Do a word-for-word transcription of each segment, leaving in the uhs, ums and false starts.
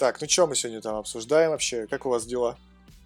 Так, ну что мы сегодня там обсуждаем вообще? Как у вас дела?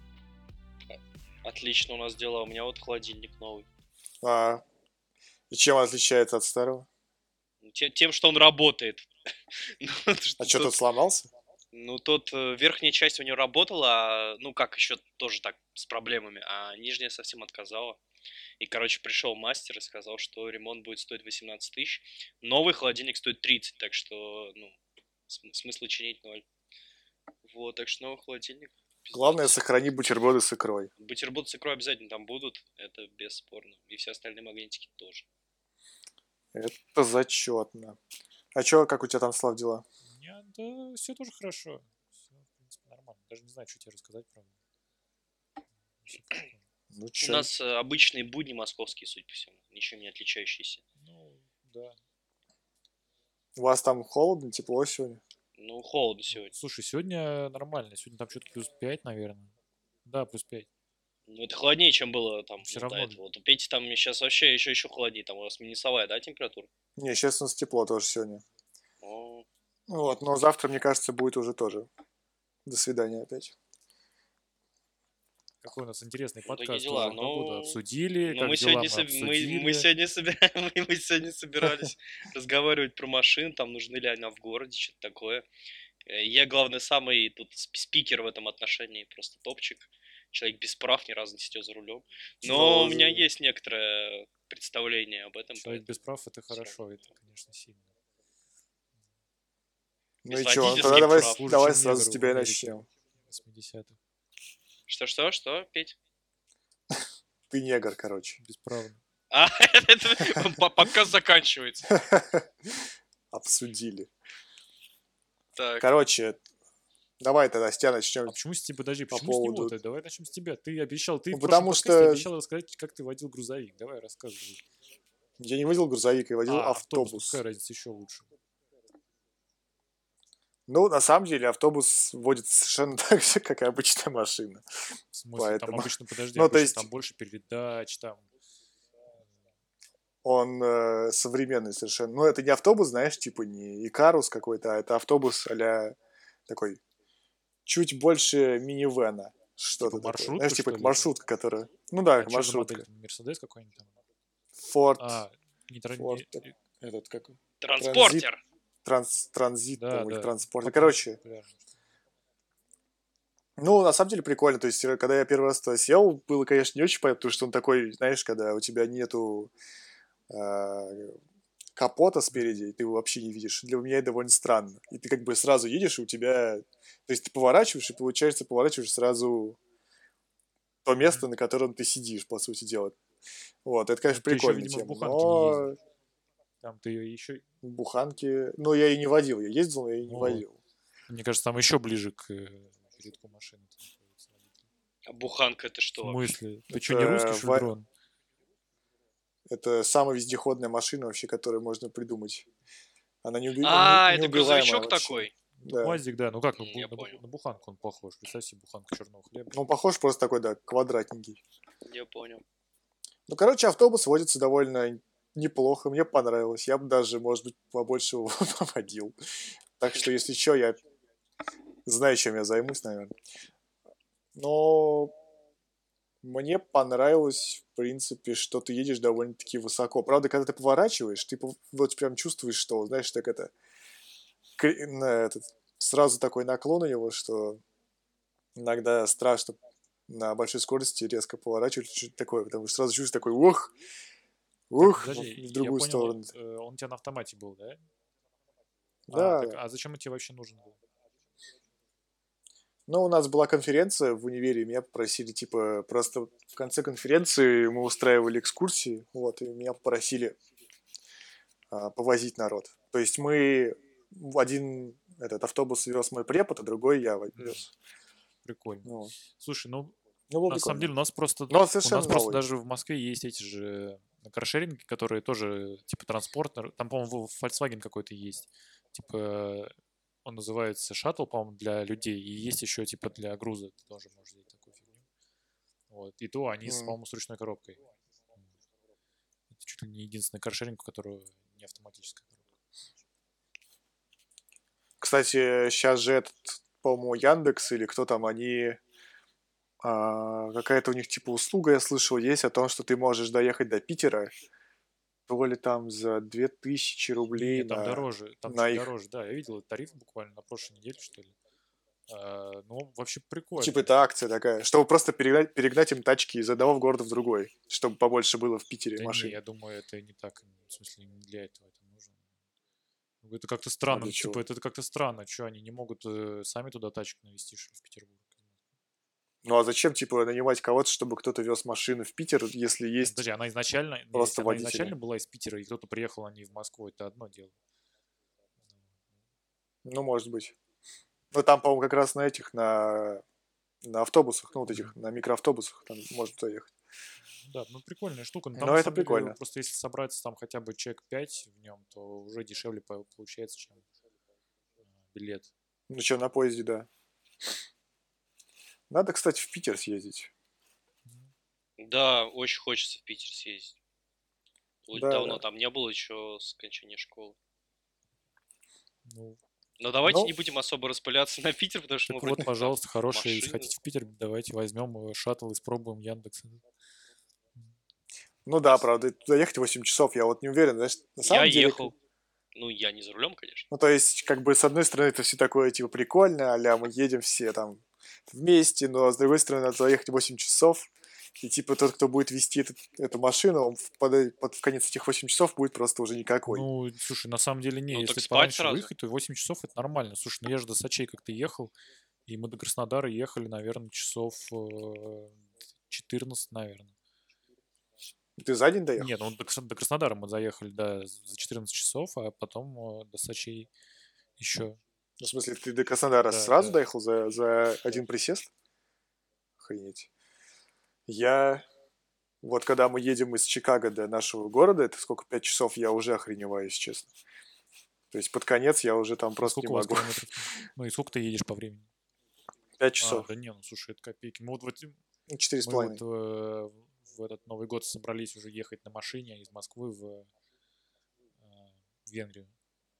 Отлично у нас дела. У меня вот холодильник новый. А, и чем он отличается от старого? Те- Тем, что он работает. Ну, вот А что что, тут- тут сломался? Ну, тут э, верхняя часть у него работала, а, ну, как еще тоже так, с проблемами, а нижняя совсем отказала. И, короче, пришел мастер и сказал, что ремонт будет стоить восемнадцать тысяч. Новый холодильник стоит тридцать, так что, ну, см- смысла чинить ноль. Вот, так что новый холодильник. Главное, пиздец. сохрани бутерброды с икрой. Бутерброд с икрой обязательно там будут, это бесспорно. И все остальные магнитики тоже. Это зачетно. А чё, как у тебя там, Слав, дела? У меня, да, все тоже хорошо. Все, в принципе, нормально. Даже не знаю, что тебе рассказать, правда. Всё в таком. Ну У чё? нас э, обычные будни московские, судя по всему, ничем не отличающиеся. Ну, да. У вас там холодно, тепло сегодня? Ну, холодно сегодня. Слушай, сегодня нормально. Сегодня там что-то плюс пять, наверное. Да, плюс пять. Ну, это холоднее, чем было там Всё ну, до равно. этого. Вот у Пети там сейчас вообще еще, еще холоднее. Там у вас минусовая, да, температура? Не, сейчас у нас тепло тоже сегодня. О, Вот, но завтра, мне кажется, будет уже тоже. До свидания опять. Какой у нас интересный Ну, такие подкаст. дела, Тоже погоду но- обсудили, ну, как мы дела сегодня, мы соб- мы, обсудили. мы сегодня собираем, мы сегодня собирались разговаривать про машины, там нужны ли они в городе, что-то такое. Э, Я, главное, самый тут сп- спикер в этом отношении, просто топчик. Человек без прав, ни разу не сидел за рулем. Но у меня Да, есть некоторое представление об этом. Человек без поэтому прав — это всё хорошо, равно. это, конечно, сильно. Ну Без и чё, ну водительских тогда давай, прав. Хуже, давай чем сразу с негру в тебя и Америке начнем. восьмидесятых. Что-что, что, Петь? Ты негр, короче. Бесправно. А, это по- подкаст заканчивается. Обсудили. Так, Короче, давай тогда с тебя А начнем. почему с тебя, подожди, По почему с него поводу- -то? Давай начнем с тебя. Ты обещал, ты Ну, в прошлом потому подкасте что- обещал рассказать, как ты водил грузовик. Давай, рассказывай. Я не водил грузовик, я водил А, автобус, ну автобус. какая разница, еще лучше. Ну, на самом деле, автобус водит совершенно так же, как и обычная машина. В смысле, там Поэтому- обычно, подожди, Ну, то обычно есть- там больше передач, там... Он э, современный совершенно. Ну, это не автобус, знаешь, типа не Икарус какой-то, а это автобус а такой чуть больше минивэна. Что-то Типа такое. маршрутка, Знаешь, типа что ли? маршрутка, которая... Ну да, А что за маршрутка. модель? Мерседес какой-нибудь там? Форд, А, не тра- Форд, не- этот как... транспортер. Транс, транзит, Да, по-моему, или да. транспорт. Ну, Популярно, короче, популярно. ну, на самом деле прикольно. То есть, э, когда я первый раз туда сел, было, конечно, не очень понятно, потому что он такой, знаешь, когда у тебя нету э, капота спереди, и ты его вообще не видишь. Для меня это довольно странно. И ты как бы сразу едешь, и у тебя... То есть ты поворачиваешь, и получается, поворачиваешь сразу то место, на котором ты сидишь, по сути дела. Вот, это, конечно, Ну, ты еще, прикольная видимо, в тема. буханке не Но ездил. Там ты еще... в буханке... Ну, я и не водил. Я ездил, но я и не Ну, водил. Мне кажется, там еще ближе к э, передку машины находится водитель. А буханка это В что? вообще? смысле? Ты Это что, не русский, что ли, ва- дрон? Это самая вездеходная машина вообще, которую можно придумать. Она не, уби... А, не- это неубиваемая грузовичок вообще. такой. Да. УАЗик, да. Ну как, ну, М, бу- я на, бу- понял. на буханку он похож. Представь себе буханку черного хлеба. Ну, похож просто такой, да, квадратненький. Я понял. Ну, короче, автобус водится довольно неплохо. Мне понравилось. Я бы даже, может быть, побольше его поводил. Так что, если что, я знаю, чем я займусь, наверное. Но мне понравилось, в принципе, что ты едешь довольно-таки высоко. Правда, когда ты поворачиваешь, ты пов- вот прям чувствуешь, что, знаешь, так это... кр- на этот, сразу такой наклон у него, что иногда страшно на большой скорости резко поворачивать, что-то такое, потому что сразу чувствуешь такой, ух, Так, ух, подожди, в я другую понял, сторону. э, он у тебя на автомате был, да? Да, А, так, да. а зачем он тебе вообще нужен был? Ну, у нас была конференция в универе, меня попросили, типа, просто в конце конференции мы устраивали экскурсии, вот, и меня попросили а, повозить народ. То есть мы в один этот автобус вез мой препод, а другой я вез. Прикольно. Ну, Слушай, ну, ну, было на самом прикольно. деле у нас просто... Но он У совершенно нас просто новый. даже в Москве есть эти же каршеринги, которые тоже, типа, транспортер. Там, по-моему, Volkswagen какой-то есть. Типа, он называется шаттл, по-моему, для людей. И есть еще, типа, для груза. Ты тоже можешь взять такую фигню. Вот. И то они, с, М. по-моему, с ручной коробкой. Это чуть ли не единственный каршеринг, у которого не автоматическая коробка. Кстати, сейчас же этот по-моему, Яндекс или кто там, они... а, какая-то у них типа услуга, я слышал, есть о том, что ты можешь доехать до Питера, то ли там за две тысячи рублей Не, там на, дороже, там на чуть их... дороже, да, я видел этот тариф буквально на прошлой неделе, что ли. А, ну, вообще Ну, типа прикольно. это акция такая, чтобы просто перегнать, перегнать им тачки из одного города в другой, чтобы побольше было в Питере Да не, машин. я думаю, это не так, в смысле, не для этого это нужно. Ну, это как-то А странно, для ну, типа, чего? это как-то странно, что они не могут э, сами туда тачку навести, что ли, в Петербург? Ну а зачем, типа, нанимать кого-то, чтобы кто-то вез машины в Питер, если Не, ну, есть подожди, она изначально, не, если просто она изначально водители? была из Питера, и кто-то приехал, а не в Москву, это одно дело. Ну, может быть. Ну, там, по-моему, как раз на этих, на, на автобусах, ну, вот этих, Мгм. на микроавтобусах там можно доехать. Да, ну прикольная штука. Но там Но на это самом деле прикольно. просто если собраться там хотя бы человек пять в нем, то уже дешевле по- получается, чем э, билет. Ну, что, на поезде, да. Надо, кстати, в Питер съездить. Мгм. Да, очень хочется в Питер съездить. Вот Да, давно да. там не было еще с окончания школы. Ну, Но давайте Ну, не будем особо распыляться на Питер, потому что мы так вроде вот, как там пожалуйста, хорошее. Если машины. хотите в Питер, давайте возьмем э, шаттл, испробуем Яндекс. ну Я, да, с- правда, туда ехать восемь часов, я вот не уверен, знаешь, на я самом деле, к- ехал. Ну, я не за рулем, конечно. ну, то есть, как бы, с одной стороны, это все такое, типа, прикольно, а мы едем все там вместе, но, с другой стороны, надо заехать восемь часов, и, типа, тот, кто будет вести этот- эту машину, он в, под- под- в конец этих восьми часов будет просто уже никакой. Ну, слушай, на самом деле не, Ну, так если спать пораньше сразу. выехать, то восемь часов это нормально. Слушай, ну я же до Сочей как-то ехал, и мы до Краснодара ехали, наверное, часов э, четырнадцать, наверное. Ты за день доехал? Нет, ну до, Крас- до Краснодара мы заехали, да, за четырнадцать часов, а потом э, до Сочей еще. Ну, в смысле, ты до Краснодара Да, сразу да. доехал за, за один присест? Охренеть. Я... Вот когда мы едем из Чикаго до нашего города, это сколько, пять часов, я уже охреневаю, если честно. То есть под конец я уже там А просто не сколько у вас могу. километров? Ну и сколько ты едешь по времени? Пять А, часов. да не, ну слушай, это копейки. Мы вот, вот Ну, четыре с мы вот половиной. э, в этот Новый год собрались уже ехать на машине из Москвы в э, Венгрию.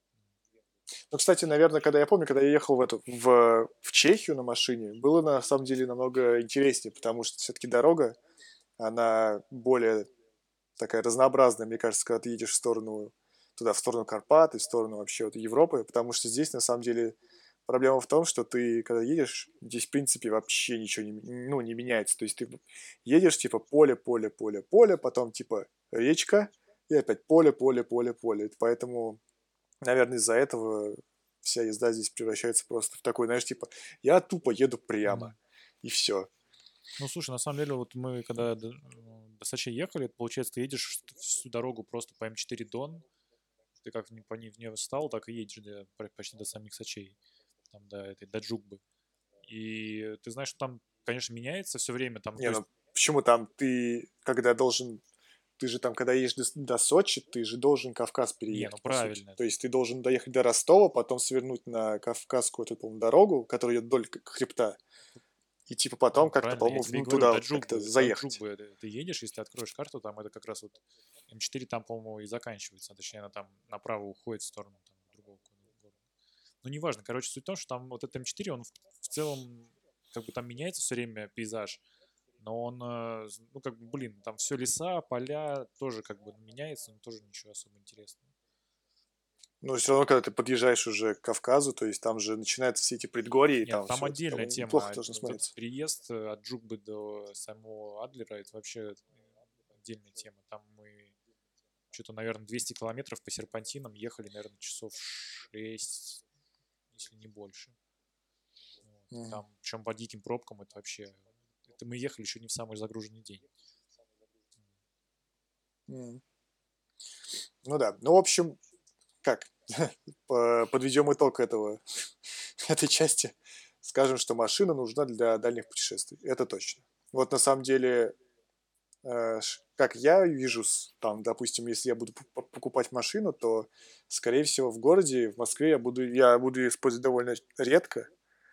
Ну, кстати, наверное, когда я помню, когда я ехал в эту в, в Чехию на машине, было на самом деле намного интереснее, потому что все-таки дорога, она более такая разнообразная, мне кажется, когда ты едешь в сторону туда, в сторону Карпат и в сторону вообще вот Европы, потому что здесь на самом деле проблема в том, что ты, когда едешь, здесь, в принципе, вообще ничего не, м- ну, не меняется. То есть ты едешь, типа, поле, поле, поле, поле, потом, типа, речка, и опять поле, поле, поле, поле. Поэтому, наверное, из-за этого вся езда здесь превращается просто в такой, знаешь, типа, я тупо еду прямо, Мгм. и все. Ну, слушай, на самом деле, вот мы когда до, ну, до Сочи ехали, это, получается, ты едешь всю дорогу просто по М четыре Дон, ты как ни- по ней в нее встал, так и едешь до- пр- почти до самих Сочей, там, до этой, до Джугбы. И ты знаешь, что там, конечно, меняется все время, там, Не, то есть, ну, почему там ты, когда должен ты же там, когда едешь до, до Сочи, ты же должен Кавказ не, ну переехать, по сути. правильно, То есть ты должен доехать до Ростова, потом свернуть на Кавказскую эту, по-моему, дорогу, которая идет вдоль к- хребта, и типа потом ну, как-то, правильно, я по-моему, тебе и ну, говорю, до туда как-то Джугбы, до заехать. Джугбы ты ты едешь, если откроешь карту, там это как раз вот М четыре там, по-моему, и заканчивается, точнее, она там направо уходит в сторону там, другого какого-нибудь города. Ну, неважно, короче, суть в том, что там вот этот М четыре, он в, в целом, как бы там меняется все время пейзаж, но он, э, з- ну, как бы, блин, там все леса, поля, тоже как бы меняется, но тоже ничего особо интересного. Но все равно, когда ты подъезжаешь уже к Кавказу, то есть там же начинаются все эти предгорья, и Нет, там там все это отдельная довольно тема. неплохо а должно Вот этот смотреться. переезд э, от Джубы до самого Адлера, это вообще отдельная тема. Там мы что-то, наверное, двести километров по серпантинам ехали, наверное, часов шесть, если не больше. Вот. Мгм. Там, причем по диким пробкам, это вообще... Это мы ехали еще не в самый загруженный день. Мгм. Ну да. Ну, в общем, как? По- Подведем итог этого, этой части. Скажем, что машина нужна для дальних путешествий. Это точно. Вот на самом деле э, ш- как я вижу, с- там, допустим, если я буду п- покупать машину, то, скорее всего, в городе, в Москве я буду, я буду ее использовать довольно редко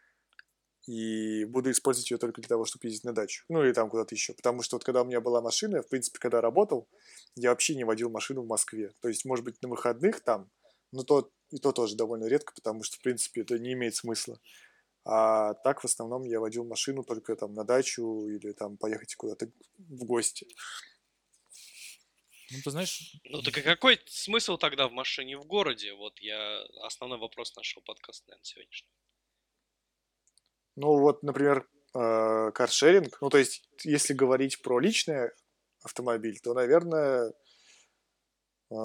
и буду использовать ее только для того, чтобы ездить на дачу. Ну, или там куда-то еще. Потому что вот когда у меня была машина, в принципе, когда работал, я вообще не водил машину в Москве. То есть, может быть, на выходных там, но то, и то тоже довольно редко, потому что, в принципе, это не имеет смысла. А так, в основном, я водил машину только там на дачу или там поехать куда-то в гости. Ну, ты знаешь, Ну так и какой смысл тогда в машине в городе? Вот я основной вопрос нашего подкаста, наверное, сегодняшнего. Ну вот, например, э, каршеринг. Ну, то есть, если говорить про личный автомобиль, то, наверное, э,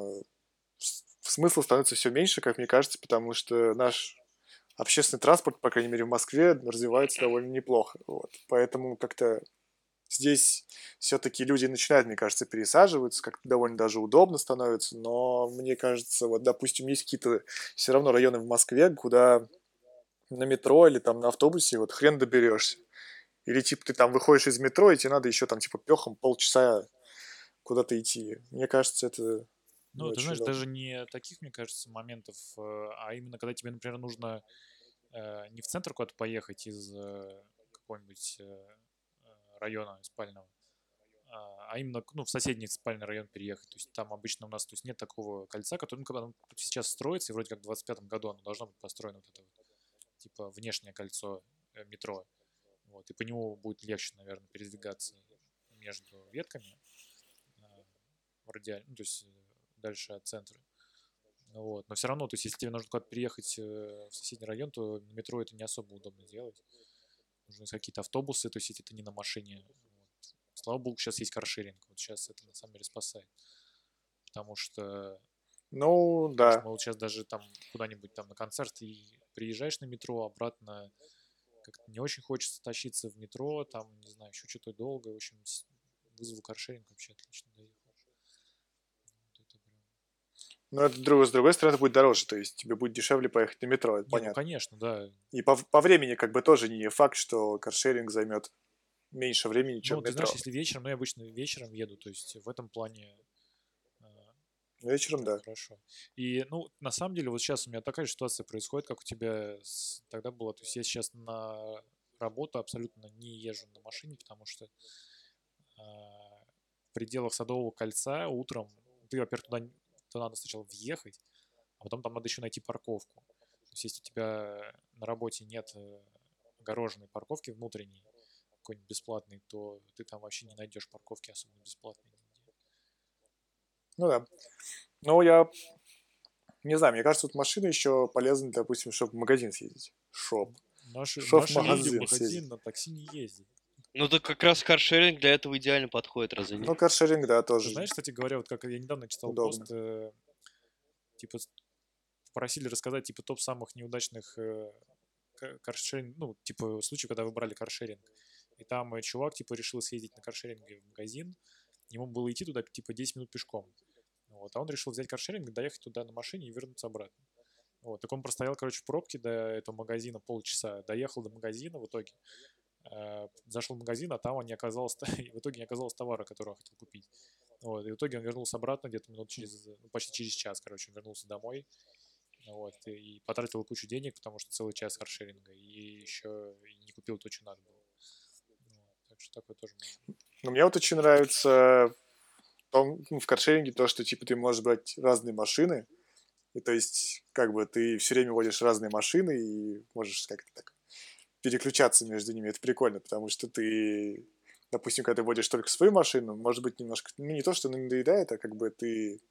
с- смысл становится все меньше, как мне кажется, потому что наш общественный транспорт, по крайней мере, в Москве, развивается довольно неплохо. Вот. Поэтому как-то здесь все-таки люди начинают, мне кажется, пересаживаться, как-то довольно даже удобно становится, но мне кажется, вот, допустим, есть какие-то все равно районы в Москве, куда на метро или там на автобусе вот хрен доберешься. Или типа ты там выходишь из метро, и тебе надо еще там типа пехом полчаса куда-то идти. Мне кажется, это не ну, ты очень знаешь, удобно. даже не таких, мне кажется, моментов, э, а именно когда тебе, например, нужно э, не в центр куда-то поехать из э, какого-нибудь э, э, района спального, а а именно, ну, в соседний спальный район переехать. То есть там обычно у нас, то есть нет такого кольца, которое, ну, когда оно сейчас строится, и вроде как в двадцать пятом году оно должно быть построено, вот это вот, типа, внешнее кольцо э, метро. Вот, и по нему будет легче, наверное, передвигаться между ветками, а, в радиаль- ну, то есть э, дальше от центра. Вот. Но все равно, то есть если тебе нужно куда-то переехать э, в соседний район, то на метро это не особо удобно делать. Нужны какие-то автобусы, то есть если ты не на машине. Вот. Слава богу, сейчас есть каршеринг. Вот сейчас это на самом деле спасает. Потому что, Ну, потому что да. мы вот сейчас даже там куда-нибудь там на концерт и приезжаешь на метро, обратно как-то не очень хочется тащиться в метро, там, не знаю, еще что-то долго. В общем, с- вызвал каршеринг, вообще отлично доехал. Вот это прям... Но это друг, с другой стороны будет дороже, то есть тебе будет дешевле поехать на метро, это Не, ну понятно. конечно, да. И по, по времени как бы тоже не факт, что каршеринг займет меньше времени, чем Ну, ты знаешь, метро. если вечером, ну, я обычно вечером еду, то есть в этом плане а, Вечером, это да. хорошо. И, ну, на самом деле, вот сейчас у меня такая же ситуация происходит, как у тебя с- тогда было. То есть я сейчас на работу абсолютно не езжу на машине, потому что а, в пределах Садового кольца утром ты, во-первых, туда, н- туда надо сначала въехать, а потом там надо еще найти парковку. То есть если у тебя на работе нет э, огороженной парковки внутренней, какой-нибудь бесплатный, то ты там вообще не найдешь парковки особенно бесплатной нигде. Ну да. Ну, я не знаю, мне кажется, вот машина еще полезна, допустим, чтобы в магазин съездить. Шоп. Наши, Шоп в наши люди в магазин магазин съездить. на такси не ездят. Ну так как раз каршеринг для этого идеально подходит, разве нет? Ну, каршеринг, да, Ты тоже знаешь, кстати говоря, вот как я недавно читал удобно. пост, э, типа с- попросили рассказать типа топ самых неудачных э, ка- каршеринг, ну, типа случаев, когда вы брали каршеринг. И там э, чувак типа решил съездить на каршеринге в магазин, ему было идти туда типа десять минут пешком. Вот, а он решил взять каршеринг, доехать туда на машине и вернуться обратно. Вот, так он простоял, короче, в пробке до этого магазина полчаса, доехал до магазина в итоге, э, зашел в магазин, а там не оказалось, в итоге не оказалось товара, который он хотел купить. Вот, и в итоге он вернулся обратно где-то минут через, ну, почти через час, короче, он вернулся домой, вот, и, и потратил кучу денег, потому что целый час каршеринга, и еще и не купил то, что надо было. Вот, так что такое тоже может быть. Но мне вот очень нравится в том, ну, в каршеринге то, что типа ты можешь брать разные машины, и то есть как бы ты все время водишь разные машины и можешь как-то так переключаться между ними. Это прикольно, потому что ты, допустим, когда ты водишь только свою машину, может быть, немножко, ну, не то, что надоедает, а как бы ты,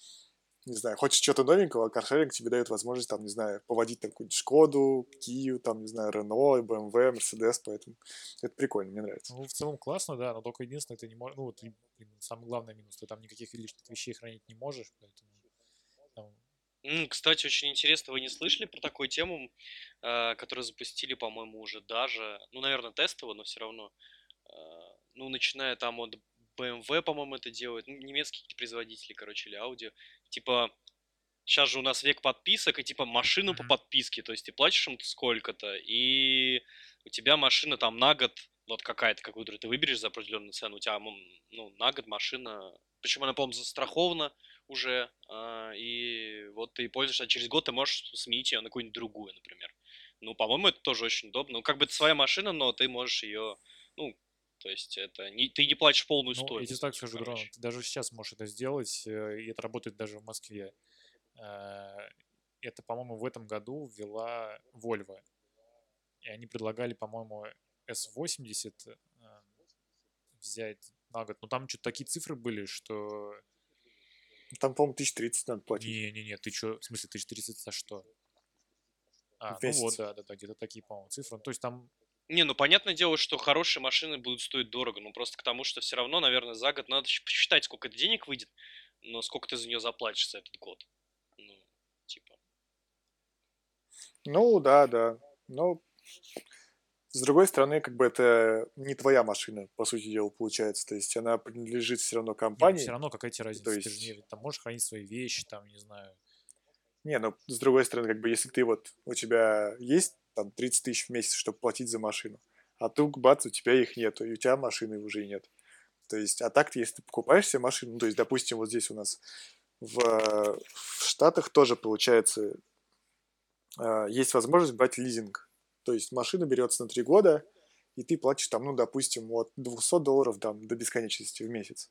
не знаю, хочешь чего-то новенького, а каршеринг тебе дает возможность, там, не знаю, поводить там какую-нибудь Шкоду, Кию, там, не знаю, Рено, бэ эм вэ, Мерседес, поэтому это прикольно, мне нравится. Ну, в целом классно, да, но только единственное, ты не можешь, ну, вот, и, блин, самый главный минус, ты там никаких лишних вещей хранить не можешь, поэтому там, М, Кстати, очень интересно, вы не слышали про такую тему, э, которую запустили, по-моему, уже даже, ну, наверное, тестово, но все равно, э, ну, начиная там от бэ эм вэ, по-моему, это делают, ну, немецкие какие-то производители, короче, или аудио, типа, сейчас же у нас век подписок, и типа машину по Мгм. подписке, то есть ты платишь им сколько-то, и у тебя машина там на год, вот какая-то, какую-то ты выберешь за определенную цену, у тебя, м, ну, на год машина, причем она, по-моему, застрахована уже, а, и вот ты пользуешься, а через год ты можешь сменить ее на какую-нибудь другую, например. Ну, по-моему, это тоже очень удобно. Ну, как бы это своя машина, но ты можешь ее, ну, то есть это не, ты не платишь полную ну, я тебе стоимость за так нее, скажу, Дрон, короче. ты даже сейчас можешь это сделать, э, и это работает даже в Москве. Э, Это, по-моему, в этом году ввела Volvo. и они предлагали, по-моему, эс восемьдесят э, взять на год. Но там что-то такие цифры были, что... Там, по-моему, тысяч тридцать надо платить Не-не-не, ты что, в смысле, тысяча тридцать за что? А, в ну вот, месяц. да-да-да, где-то такие, по-моему, цифры. Ну, то есть там, Не, ну понятное дело, что хорошие машины будут стоить дорого, ну просто к тому, что все равно, наверное, за год надо щ- посчитать, сколько это денег выйдет, но сколько ты за нее заплатишь за этот год. Ну, типа. Ну, да, да. Но, с другой стороны, как бы это не твоя машина, по сути дела, получается. То есть она принадлежит все равно не, ну все компании. равно какая тебе То разница, ты же есть, не, там можешь хранить свои вещи, там, не знаю. не, ну, с другой стороны, как бы если ты вот, у тебя есть там тридцать тысяч в месяц, чтобы платить за машину, а тут, бац, у тебя их нет, и у тебя машины уже и нет. То есть, а так, если ты покупаешь себе машину, ну, то есть, допустим, вот здесь у нас в, э, в Штатах тоже получается, э, есть возможность брать лизинг. То есть машина берется на три года, и ты платишь там, ну, допустим, от двухсот долларов там, до бесконечности в месяц.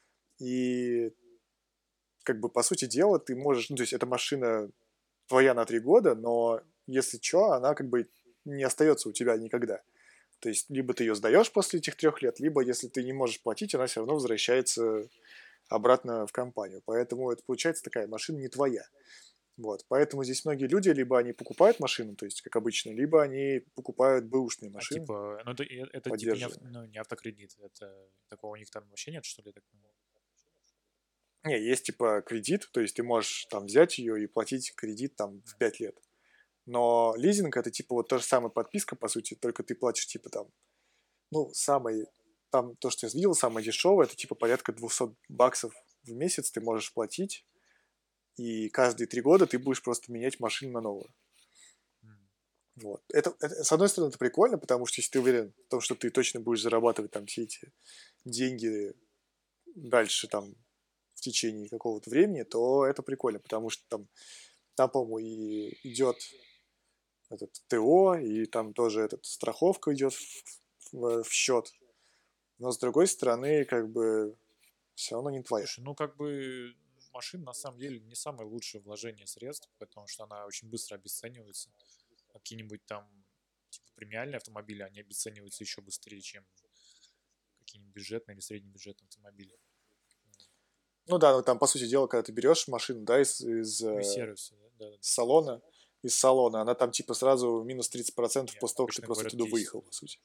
И как бы, по сути дела, ты можешь, ну, то есть эта машина твоя на три года, но если что, она как бы не остается у тебя никогда. То есть либо ты ее сдаешь после этих трех лет, либо если ты не можешь платить, она все равно возвращается обратно в компанию. Поэтому это получается такая машина не твоя. Вот. Поэтому здесь многие люди, либо они покупают машину, то есть как обычно, либо они покупают бэушные А машины типа, ну это, и- это типа не, ав- поддержанные. ну, не автокредит, это такого у них там вообще нет, что ли, я так понимаю? Не, есть типа кредит, то есть ты можешь там взять ее и платить кредит там в пять лет. Но лизинг это типа вот та же самая подписка, по сути, только ты платишь типа там, ну, самый, там то, что я видел, самое дешевое, это типа порядка двухсот баксов в месяц ты можешь платить, и каждые три года ты будешь просто менять машину на новую. М. Вот. Это, это, с одной стороны, это прикольно, потому что если ты уверен в том, что ты точно будешь зарабатывать там все эти деньги дальше там в течение какого-то времени, то это прикольно, потому что там, там по-моему, и идет этот ТО, и там тоже этот страховка идет в, в, в счет. Но с другой стороны, как бы все равно не твоя. Слушай, ну как бы машина на самом деле не самое лучшее вложение средств, потому что она очень быстро обесценивается. А какие-нибудь там типа премиальные автомобили, они обесцениваются еще быстрее, чем какие-нибудь бюджетные или среднебюджетные автомобили. Ну да, ну там, по сути дела, когда ты берешь машину, да, из, из Ну и э, сервисы, да, да, да. салона, из салона, она там типа сразу минус тридцать процентов Не, после того, как ты обычно просто говорят оттуда десять, выехал, да. по сути.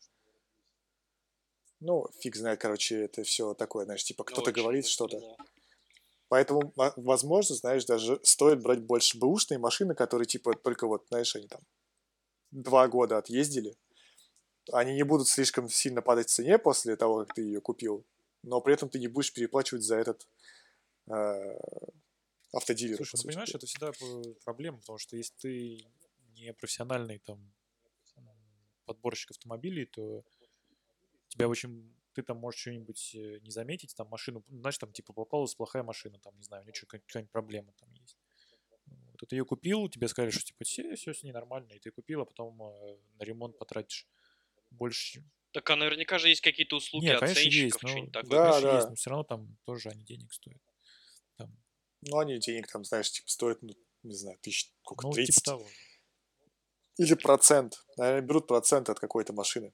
Ну, фиг знает, короче, это все такое, знаешь, типа Ну, кто-то очень говорит быстро, что-то. да. Поэтому, во- возможно, знаешь, даже стоит брать больше бэушные машины, которые типа только вот, знаешь, они там два года отъездили. Они не будут слишком сильно падать в цене после того, как ты ее купил, но при этом ты не будешь переплачивать за этот э, автодилеру, по Слушай, ну сути понимаешь, дела. это всегда п- проблема, потому что если ты не профессиональный там м, подборщик автомобилей, то тебя очень, ты там можешь что-нибудь э, не заметить, там машину, ну, знаешь, там типа попалась плохая машина, там, не знаю, у нее что- какая-нибудь проблема там есть. Вот, ты ее купил, тебе сказали, что типа все, все с ней нормально, и ты купил, а потом э, на ремонт потратишь больше. Так а наверняка же есть какие-то услуги Не, конечно, есть, оценщиков, но что-нибудь такое, Да, конечно, конечно. есть, да. но все равно там тоже они денег стоят. Там, Но они денег там, знаешь, типа стоят, ну, не знаю, тысяч, сколько, ну, типа тридцать. того. Или процент. Наверное, берут процент от какой-то машины.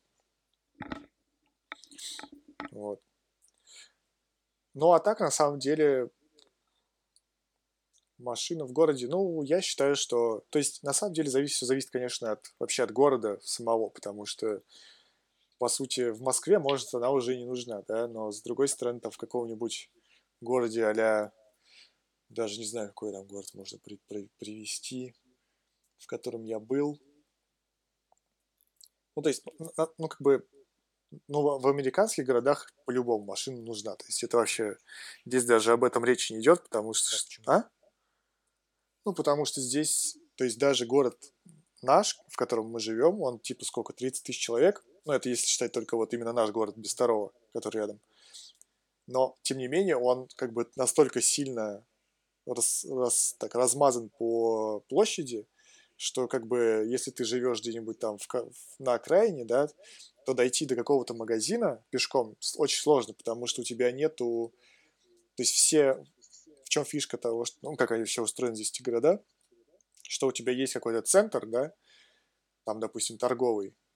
Вот. Ну, а так, на самом деле, машина в городе, ну, я считаю, что... То есть, на самом деле, зависит, все зависит, конечно, от, вообще от города самого, потому что, по сути, в Москве, может, она уже и не нужна, да, но, с другой стороны, там, в каком-нибудь городе а даже не знаю, какой там город можно при- при- привести, в котором я был. Ну, то есть, ну, на- ну, как бы, ну, в в американских городах по-любому машина нужна. То есть, это вообще, здесь даже об этом речи не идет, потому что... Да, ш- почему? А? Ну, потому что здесь, то есть даже город наш, в котором мы живем, он типа сколько, тридцать тысяч человек. Ну, это если считать только вот именно наш город без второго, который рядом. Но, тем не менее, он как бы настолько сильно рас, рас- так, размазан по площади, что как бы если ты живешь где-нибудь там в ка- в- на окраине, да, то дойти до какого-то магазина пешком с- очень сложно, потому что у тебя нету... То есть все... В чем фишка того, что, ну, как они все устроены здесь, эти города, что у тебя есть какой-то центр, да, там, допустим, торговый,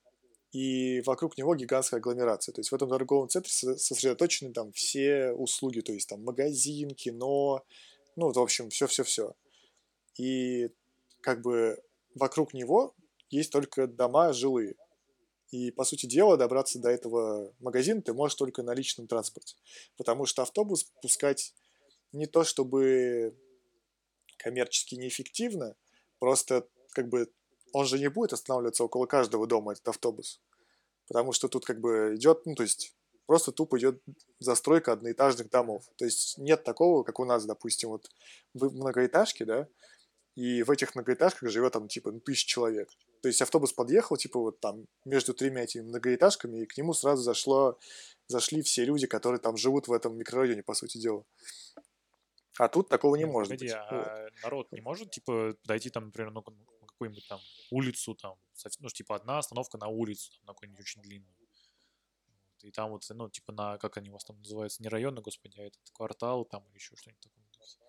и вокруг него гигантская агломерация. То есть в этом торговом центре со- сосредоточены там все услуги, то есть там магазин, кино, ну, вот, в общем, все-все-все. И как бы вокруг него есть только дома жилые. И, по сути дела, добраться до этого магазина ты можешь только на личном транспорте. Потому что автобус пускать не то чтобы коммерчески неэффективно, просто как бы он же не будет останавливаться около каждого дома, этот автобус. Потому что тут как бы идет, ну, то есть просто тупо идет застройка одноэтажных домов. То есть нет такого, как у нас, допустим, вот в многоэтажке, да, и в этих многоэтажках живет там типа ну, тысяч человек. То есть автобус подъехал, типа вот там между тремя этими многоэтажками, и к нему сразу зашло, зашли все люди, которые там живут в этом микрорайоне, по сути дела. А тут такого не Не, ну может погоди, быть. Вот. а народ не может, типа, подойти там, например, ну, на какую-нибудь там улицу, там, сов- ну, типа, одна остановка на улицу, там, на какую-нибудь очень длинную. Вот, и там вот, ну, типа, на, как они у вас там называются, не районы, господи, а этот квартал там или еще что-нибудь такое.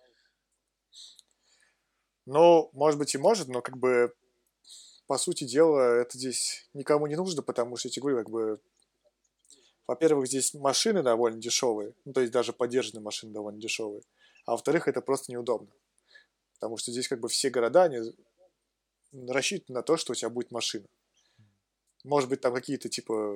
Ну, может быть и может, но как бы по сути дела это здесь никому не нужно, потому что я тебе говорю, как бы, во-первых, здесь машины довольно дешевые, ну, то есть даже подержанные машины довольно дешевые, а во-вторых, это просто неудобно, потому что здесь как бы все города, они рассчитаны на то, что у тебя будет машина. Может быть, там какие-то, типа,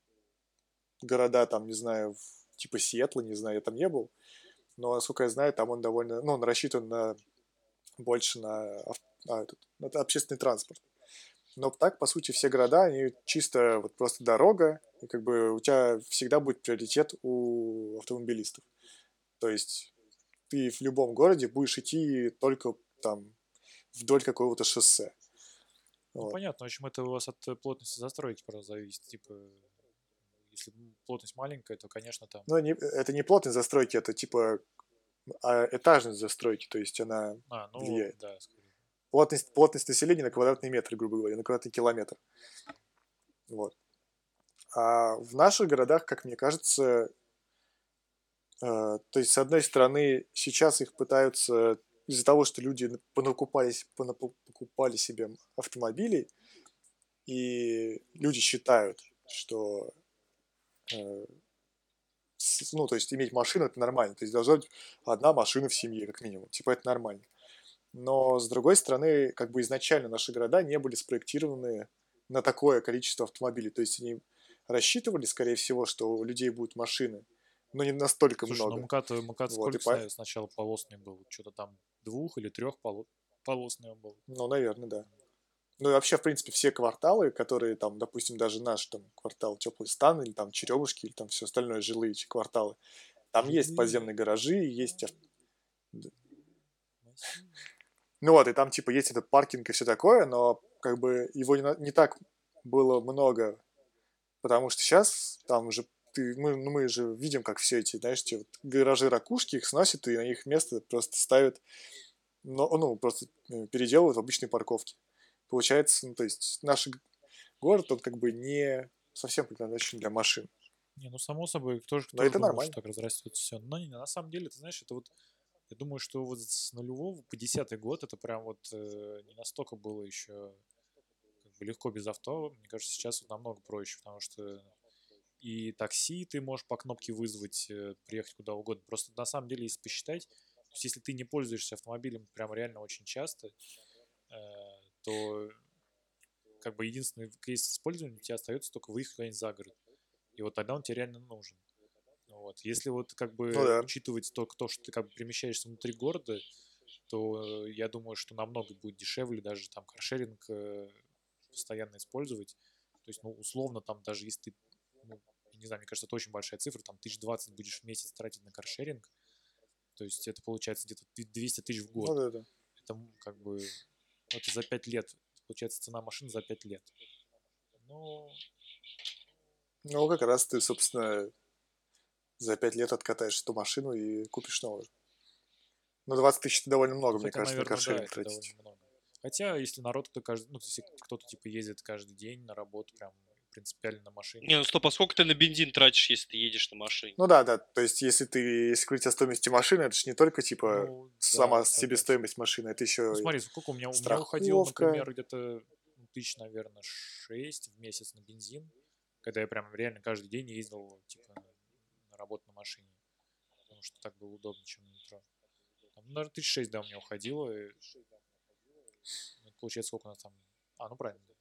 города, там, не знаю, в- типа Сиэтла, не знаю, я там не был, но, насколько я знаю, там он довольно, ну, он рассчитан на больше на, ав- а, этот, на общественный транспорт. Но так, по сути, все города, они чисто вот просто дорога, и как бы у тебя всегда будет приоритет у автомобилистов. То есть ты в любом городе будешь идти только там вдоль какого-то шоссе. Ну, Вот. понятно, в общем, это у вас от э, плотности застройки просто зависит. Типа, если м, плотность маленькая, то, конечно, там... Но не, это не плотность застройки, это типа а, этажность застройки, то есть она А, ну, влияет. да, скорее. Плотность, плотность населения на квадратный метр, грубо говоря, на квадратный километр. Вот. А в наших городах, как мне кажется, э, то есть, с одной стороны, сейчас их пытаются из-за того, что люди понакупались, понапу- покупали себе автомобилей, и люди считают, что э, с- ну, то есть иметь машину это нормально. То есть должна быть одна машина в семье, как минимум. Типа это нормально. Но с другой стороны, как бы изначально наши города не были спроектированы на такое количество автомобилей. То есть они рассчитывали, скорее всего, что у людей будут машины, но не настолько Слушай, ну много. МКАД, МКАД Вот, и сколько по... сна- сначала полосный был? Что-то там двух- или трехполосный он был. Ну, наверное, да. Ну и вообще, в принципе, все кварталы, которые там, допустим, даже наш там квартал Теплый Стан, или там Черемушки, или там все остальное, жилые ч- кварталы, там есть Жилые подземные гаражи, есть ав- массивы. ну вот, и там типа есть этот паркинг и все такое, но как бы его не, на- не так было много, потому что сейчас там уже ты, мы, ну, мы же видим, как все эти, знаешь, эти вот гаражи-ракушки, их сносят и на их место просто ставят, но, ну, просто э, переделывают в обычные парковки. Получается, ну, то есть наш г- город, он как бы не совсем предназначен для машин. Не, ну само собой, кто же Но кто ж это думал, что нормально. так разрастет все. Но не, на самом деле, ты знаешь, это вот, я думаю, что вот с нулевого по десятый год это прям вот э, не настолько было еще как бы легко без авто. Мне кажется, сейчас вот намного проще, потому что и такси ты можешь по кнопке вызвать, э, приехать куда угодно. Просто на самом деле, если посчитать, то есть если ты не пользуешься автомобилем прям реально очень часто, э, то как бы единственный кейс использования у тебя остается только выехать куда-нибудь за город. И вот тогда он тебе реально нужен. Вот. Если вот как Ну бы да. учитывать только то, что ты как бы перемещаешься внутри города, то э, я думаю, что намного будет дешевле даже там каршеринг э, постоянно использовать. То есть, ну, условно, там даже если ты, ну, я не знаю, мне кажется, это очень большая цифра, там тысяч двадцать будешь в месяц тратить на каршеринг, то есть это получается где-то двести тысяч в Ну год. да, да. Это м, как бы, это за пять лет, получается цена машины за пять лет. Ну, Ну, как раз ты, собственно, за пять лет откатаешь эту машину и купишь новую. Ну, двадцать тысяч это довольно ну, много, мне хотя, кажется, на наверное, да, каршеринг это довольно тратить. много. Хотя, если народ, кто каждый, ну, если кто-то типа ездит каждый день на работу, прям принципиально на машине. Не, ну стоп, а сколько ты на бензин тратишь, если ты едешь на машине? Ну да, да, то есть если ты, если говорить о стоимости машины, это же не только, типа, Ну, да, сама согласен. себестоимость машины, это Ну, еще и смотри, сколько у меня, у меня уходило, страховка. например, где-то, ну, тысяч, наверное, шесть в месяц на бензин, когда я прям реально каждый день ездил, типа, на работу на машине, потому что так было удобнее, чем на метро. Там, ну, наверное, тысяч шесть, да, у меня уходило, и, ну, получается, сколько у нас там... А, ну, правильно, да.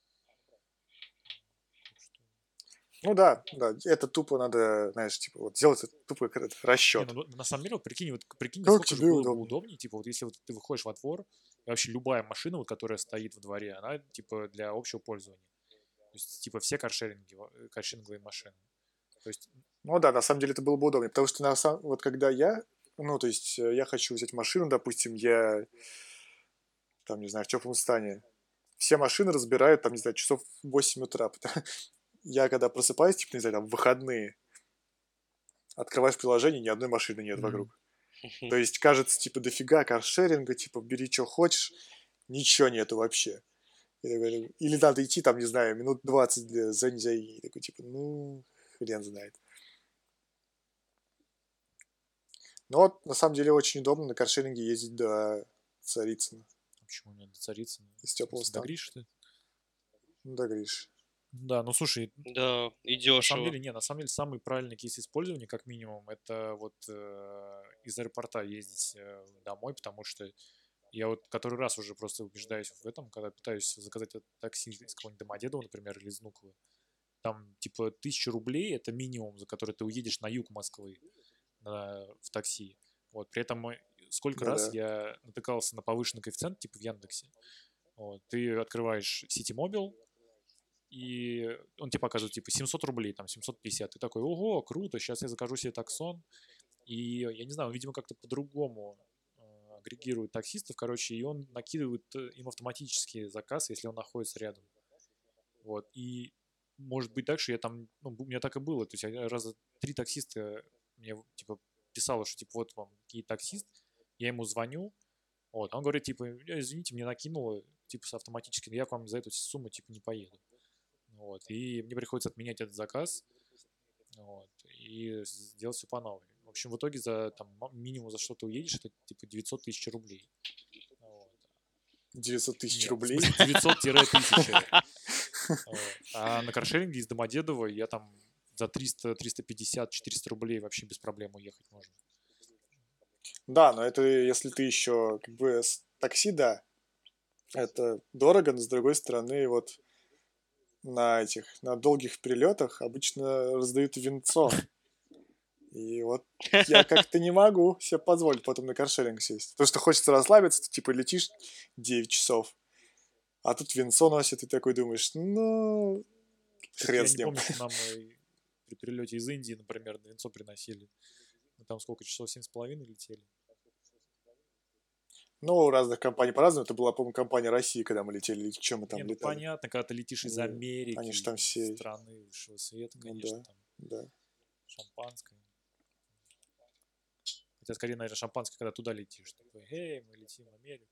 Так что... Ну да, да, это тупо надо, знаешь, типа, вот сделать это тупо как Не, расчет. ну, на самом деле, вот прикинь, вот прикинь, Как насколько же тебе было бы удобно? удобнее, типа, вот если вот ты выходишь во двор, и вообще любая машина, вот, которая стоит во дворе, она, типа, для общего пользования. То есть, типа, все каршеринги, ва- э, каршеринговые машины. То есть, Ну да, на самом деле это было бы удобнее, потому что на сам... вот когда я, ну, то есть э, я хочу взять машину, допустим, я там, не знаю, в теплом стане, все машины разбирают, там, не знаю, часов в восемь утра. Потому- Я когда просыпаюсь, типа, не знаю, там, в выходные, открываешь приложение, ни одной машины нет Мгм. вокруг. То есть, кажется, типа, дофига каршеринга, типа, бери, что хочешь, ничего нету вообще. И такой, или надо идти, там, не знаю, минут двадцать для за нельзя. Такой, типа, ну, хрен знает. Но вот, на самом деле, очень удобно на каршеринге ездить до Царицына а почему нет до Царицына? из В теплого смысле, до стана. Гриши ты? Ну, да, Гриш. Да, ну слушай, Да, и на самом дешево. деле, не, на самом деле, самый правильный кейс использования, как минимум, это вот э, из аэропорта ездить э, домой, потому что я вот который раз уже просто убеждаюсь в этом, когда пытаюсь заказать это такси из какого-нибудь Домодедово, например, или из Внуково. Там, типа, тысяча рублей — это минимум, за который ты уедешь на юг Москвы на- в такси. Вот, при этом мы- сколько Ну раз да. я натыкался на повышенный коэффициент, типа в Яндексе. Вот, ты открываешь Ситимобил, и он тебе показывает, типа, семьсот рублей, там, семьсот пятьдесят. Ты такой, ого, круто, сейчас я закажу себе таксон. И, я не знаю, он, видимо, как-то по-другому э, агрегирует таксистов, короче, и он накидывает э, им автоматически заказ, если он находится рядом. Вот, и может быть так, что я там, ну, у меня так и было, то есть я раза три таксиста мне, типа, писало, что, типа, вот вам и таксист, я ему звоню, вот, он говорит, типа, «Э, извините, мне накинуло, типа, с автоматически, я к вам за эту сумму, типа, не поеду. Вот, и мне приходится отменять этот заказ, вот, и сделать все по новой. В общем, в итоге за, там, ма- минимум за что ты уедешь, это, типа, девятьсот тысяч рублей. Вот. девятьсот тысяч Нет, в рублей. смысле девятьсот-тысяча. Вот. А на каршеринге из Домодедова я там за триста, триста пятьдесят, четыреста рублей вообще без проблем уехать можно. Да, но это если ты еще как бы с такси, да, это дорого, но с другой стороны, вот на этих, на долгих перелетах обычно раздают винцо. И вот я как-то не могу себе позволить потом на каршеринг сесть. Потому что хочется расслабиться, ты типа летишь девять часов, а тут винцо носит, и такой думаешь, ну, Что-то хрен я с не ним. помню, что нам э, при перелете из Индии, например, на венцо приносили. Мы там сколько, часов семь с половиной летели? Ну, у разных компаний по-разному. Это была, по-моему, компания России, когда мы летели, или чем мы Не, там ну летали. понятно, когда ты летишь из Да. Америки, Они же там из все, страны высшего света, ну конечно, да, там да. шампанское. Хотя, скорее, наверное, шампанское, когда туда летишь. Такой, эй, мы летим в Америку.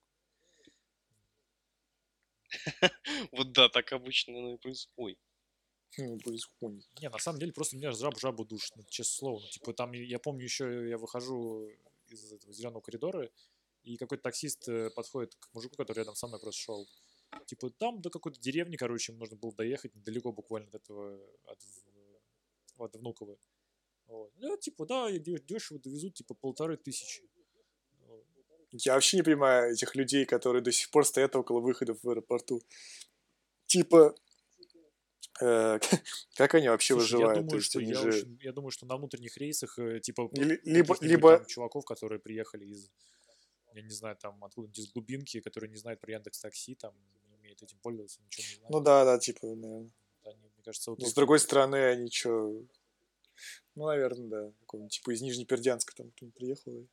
Вот да, так обычно оно и происходит. Ой. Хм, происходит. Не, на самом деле, просто меня жаб жабу душит, ну, честное слово. Ну, типа, там, я помню еще, я выхожу из этого зеленого коридора, и какой-то таксист э, подходит к мужику, который рядом со мной просто шел. Типа, там до какой-то деревни, короче, им нужно было доехать недалеко буквально от этого, от, В- от Внуково. Вот. Ну, типа, да, и дё- дешево довезут, типа, полторы тысячи. Вот. Я вообще не понимаю этих людей, которые до сих пор стоят около выходов в аэропорту. Типа, э, как они вообще Слушай, я выживают? То думаю, есть что они я же... очень, я думаю, что на внутренних рейсах, э, типа, п- Или- Либо, каких-нибудь либо, там чуваков, которые приехали из, я не знаю, там, откуда-нибудь из глубинки, которые не знают про Яндекс Такси, там, не умеют этим пользоваться, ничего не ну знают. да, да, типа, наверное. Вот они, мне кажется, вот Но с их другой и... стороны, они что... Ну, наверное, да. Какой-нибудь, типа из Нижнепердянска там кто-нибудь приехал. и-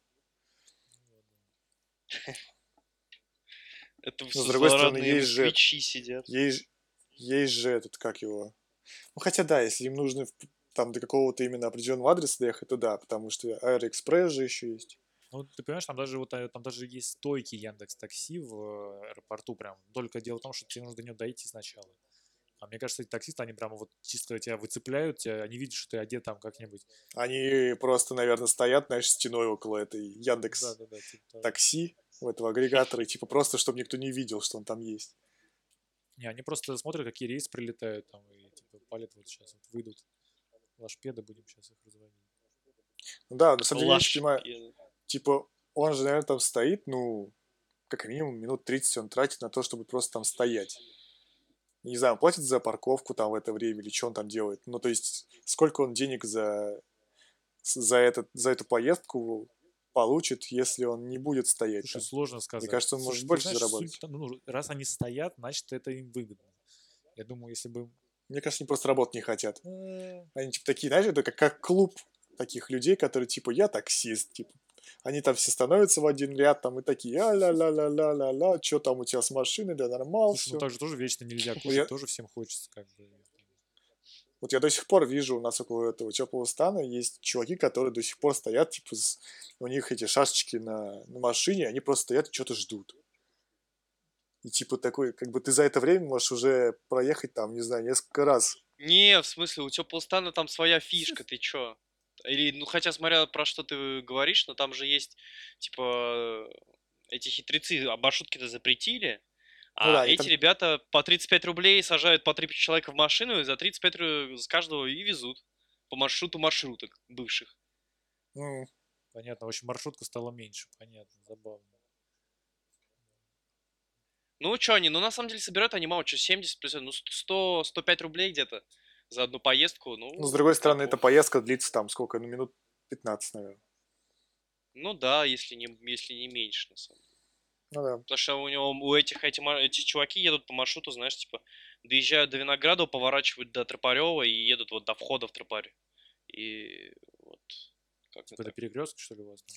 Это Но с все другой стороны, злорадные есть же... москвичи сидят. Есть, есть же этот, как его... Ну, хотя да, если им нужно в- там до какого-то именно определенного адреса доехать, то да, потому что Аэроэкспресс же еще есть. Ну, ты понимаешь, там даже вот э, там даже есть стойки Яндекс Такси в э, аэропорту прям. Только дело в том, что тебе нужно до него дойти сначала. А мне кажется, эти таксисты, они прямо вот чисто тебя выцепляют, тебя, они видят, что ты одет там как-нибудь. Они просто, наверное, стоят, знаешь, стеной около этой Яндекс Да-да-да, типа того. такси, у этого агрегатора, и типа просто, чтобы никто не видел, что он там есть. Не, они просто смотрят, какие рейсы прилетают там, и типа палят вот сейчас, вот выйдут лашпеды, будем сейчас их разводить. Ну да, на самом деле, я не понимаю, Лашпеды. типа, он же, наверное, там стоит, ну, как минимум минут тридцать он тратит на то, чтобы просто там стоять. Не знаю, он платит за парковку там в это время или что он там делает. Ну, то есть, сколько он денег за, с- за, этот, за эту поездку получит, если он не будет стоять Слушай, там. сложно Мне сказать. кажется, он Слушай, может ты больше знаешь, суть заработать. в том, ну, раз они стоят, значит, это им выгодно. Я думаю, если бы... Мне кажется, они просто работать не хотят. э, Они типа такие, знаешь, это как, как клуб таких людей, которые типа я таксист, типа. Они там все становятся в один ряд там и такие а-ля-ля-ля-ля-ля-ля, что там у тебя с машиной, да нормал Слушай, ну все. так же тоже вечно нельзя Вот кушать, я, тоже всем хочется как бы. вот я до сих пор вижу у нас около этого теплого стана есть чуваки, которые до сих пор стоят, типа, с- у них эти шашечки на, на машине, они просто стоят и что-то ждут. И типа такой, как бы ты за это время можешь уже проехать там, не знаю, несколько раз. Не, в смысле, у Теплостана там своя фишка, ты чё? Или, ну, хотя, смотря про что ты говоришь, но там же есть, типа, эти хитрецы, а маршрутки-то запретили, Ну да, а они эти там, ребята по тридцать пять рублей сажают по три человека в машину и за тридцать пять ру- с каждого и везут по маршруту маршруток бывших. м, Понятно, в общем, маршрутка стала меньше, понятно, забавно. Ну, чё они, ну, на самом деле, собирают они мало, что, семьдесят плюс, ну, сто сто пять рублей где-то за одну поездку, ну, с ну, другой стороны, эта таков. поездка длится там сколько, ну, минут пятнадцать, наверное. Ну да, если не, если не меньше, на самом деле. Ну да. Потому что у него, у этих, эти, ма- эти чуваки едут по маршруту, знаешь, типа, доезжают до Виноградова, поворачивают до Тропарева и едут вот до входа в Тропарь. И вот, как-то Типа это так. перекресток, что ли, у вас там?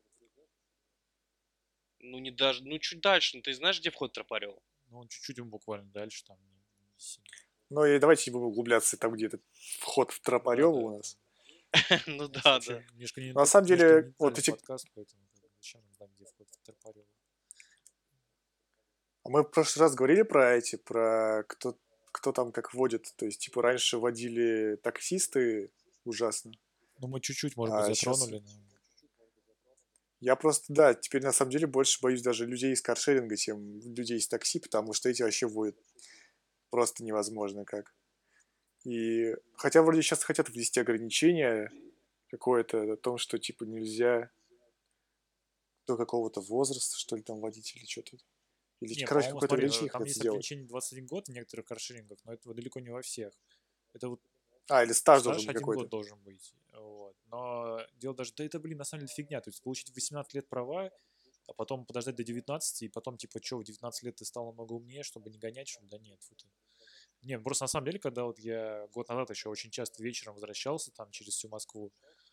Ну, не даже, ну, чуть дальше, ну, ты знаешь, где вход в Тропарева? Ну, он чуть-чуть ему буквально дальше, там не, не сильно. Ну и давайте не будем углубляться там, где этот вход в Да, Тропарева да, у это... нас. Ну У нас да, вообще да. Но на самом деле, вот межконтинентальный эти... подкаст, поэтому как бы, зачем нам знать, где вход в Тарпарёво? А мы в прошлый раз говорили про эти, про кто, кто там как водит. То есть, типа, раньше водили таксисты ужасно, Ну, мы чуть-чуть, может быть, а сейчас... затронули, но... Я просто, да, теперь на самом деле больше боюсь даже людей из каршеринга, чем людей из такси, потому что эти вообще водят просто невозможно как. И хотя вроде сейчас хотят ввести ограничения какое-то о том, что типа нельзя до какого-то возраста, что ли, там водить или что-то. Или, Не, короче, по-моему, какое-то смотри, э, ограничение там хотят есть сделать. ограничение двадцать один год в некоторых каршерингах, но это далеко не во всех. Это вот А, или стаж должен стаж быть один год какой-то. должен быть. Вот. Но дело даже... Да это, блин, на самом деле фигня. То есть получить в восемнадцать лет права, а потом подождать до девятнадцати, и потом, типа, что, в девятнадцать лет ты стал намного умнее, чтобы не гонять, чтобы... Да нет, фу ты. Не, просто на самом деле, когда вот я год назад еще очень часто вечером возвращался там через всю Москву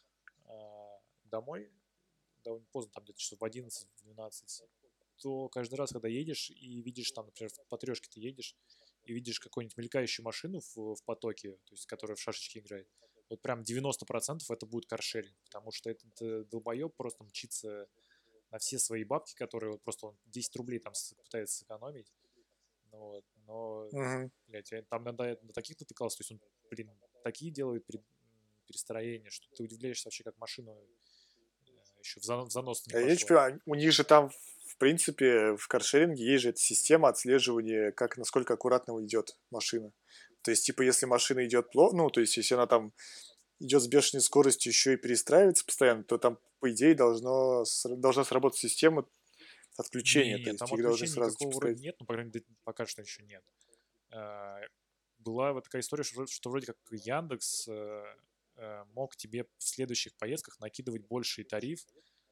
а, домой, довольно поздно, там где-то часов в одиннадцать-двенадцать, то каждый раз, когда едешь и видишь там, например, по трешке ты едешь, и видишь какую-нибудь мелькающую машину в, в потоке, то есть которая в шашечке играет, вот прям девяносто процентов это будет каршеринг, потому что этот э, долбоеб просто мчится на все свои бабки, которые вот просто он десять рублей там с- пытается сэкономить, ну вот, но, Мгм. блядь, я там иногда на таких натыкался, то есть он, блин, такие делает пере- м, перестроения, что ты удивляешься вообще, как машина еще в занос, в занос не А я пошла. типа, а у них же там, в принципе, в каршеринге есть же эта система отслеживания, как, насколько аккуратно идет машина. То есть, типа, если машина идет плохо, ну, то есть, если она там идет с бешеной скоростью еще и перестраивается постоянно, то там, по идее, должно, сра- должна сработать система отключения. То Не-не-не, есть, там их должны отключения сразу, никакого типа, вроде сказать, нет, ну, по крайней мере, пока что еще нет. А, Была вот такая история, что, вроде- что вроде как Яндекс э, э, мог тебе в следующих поездках накидывать больший тариф,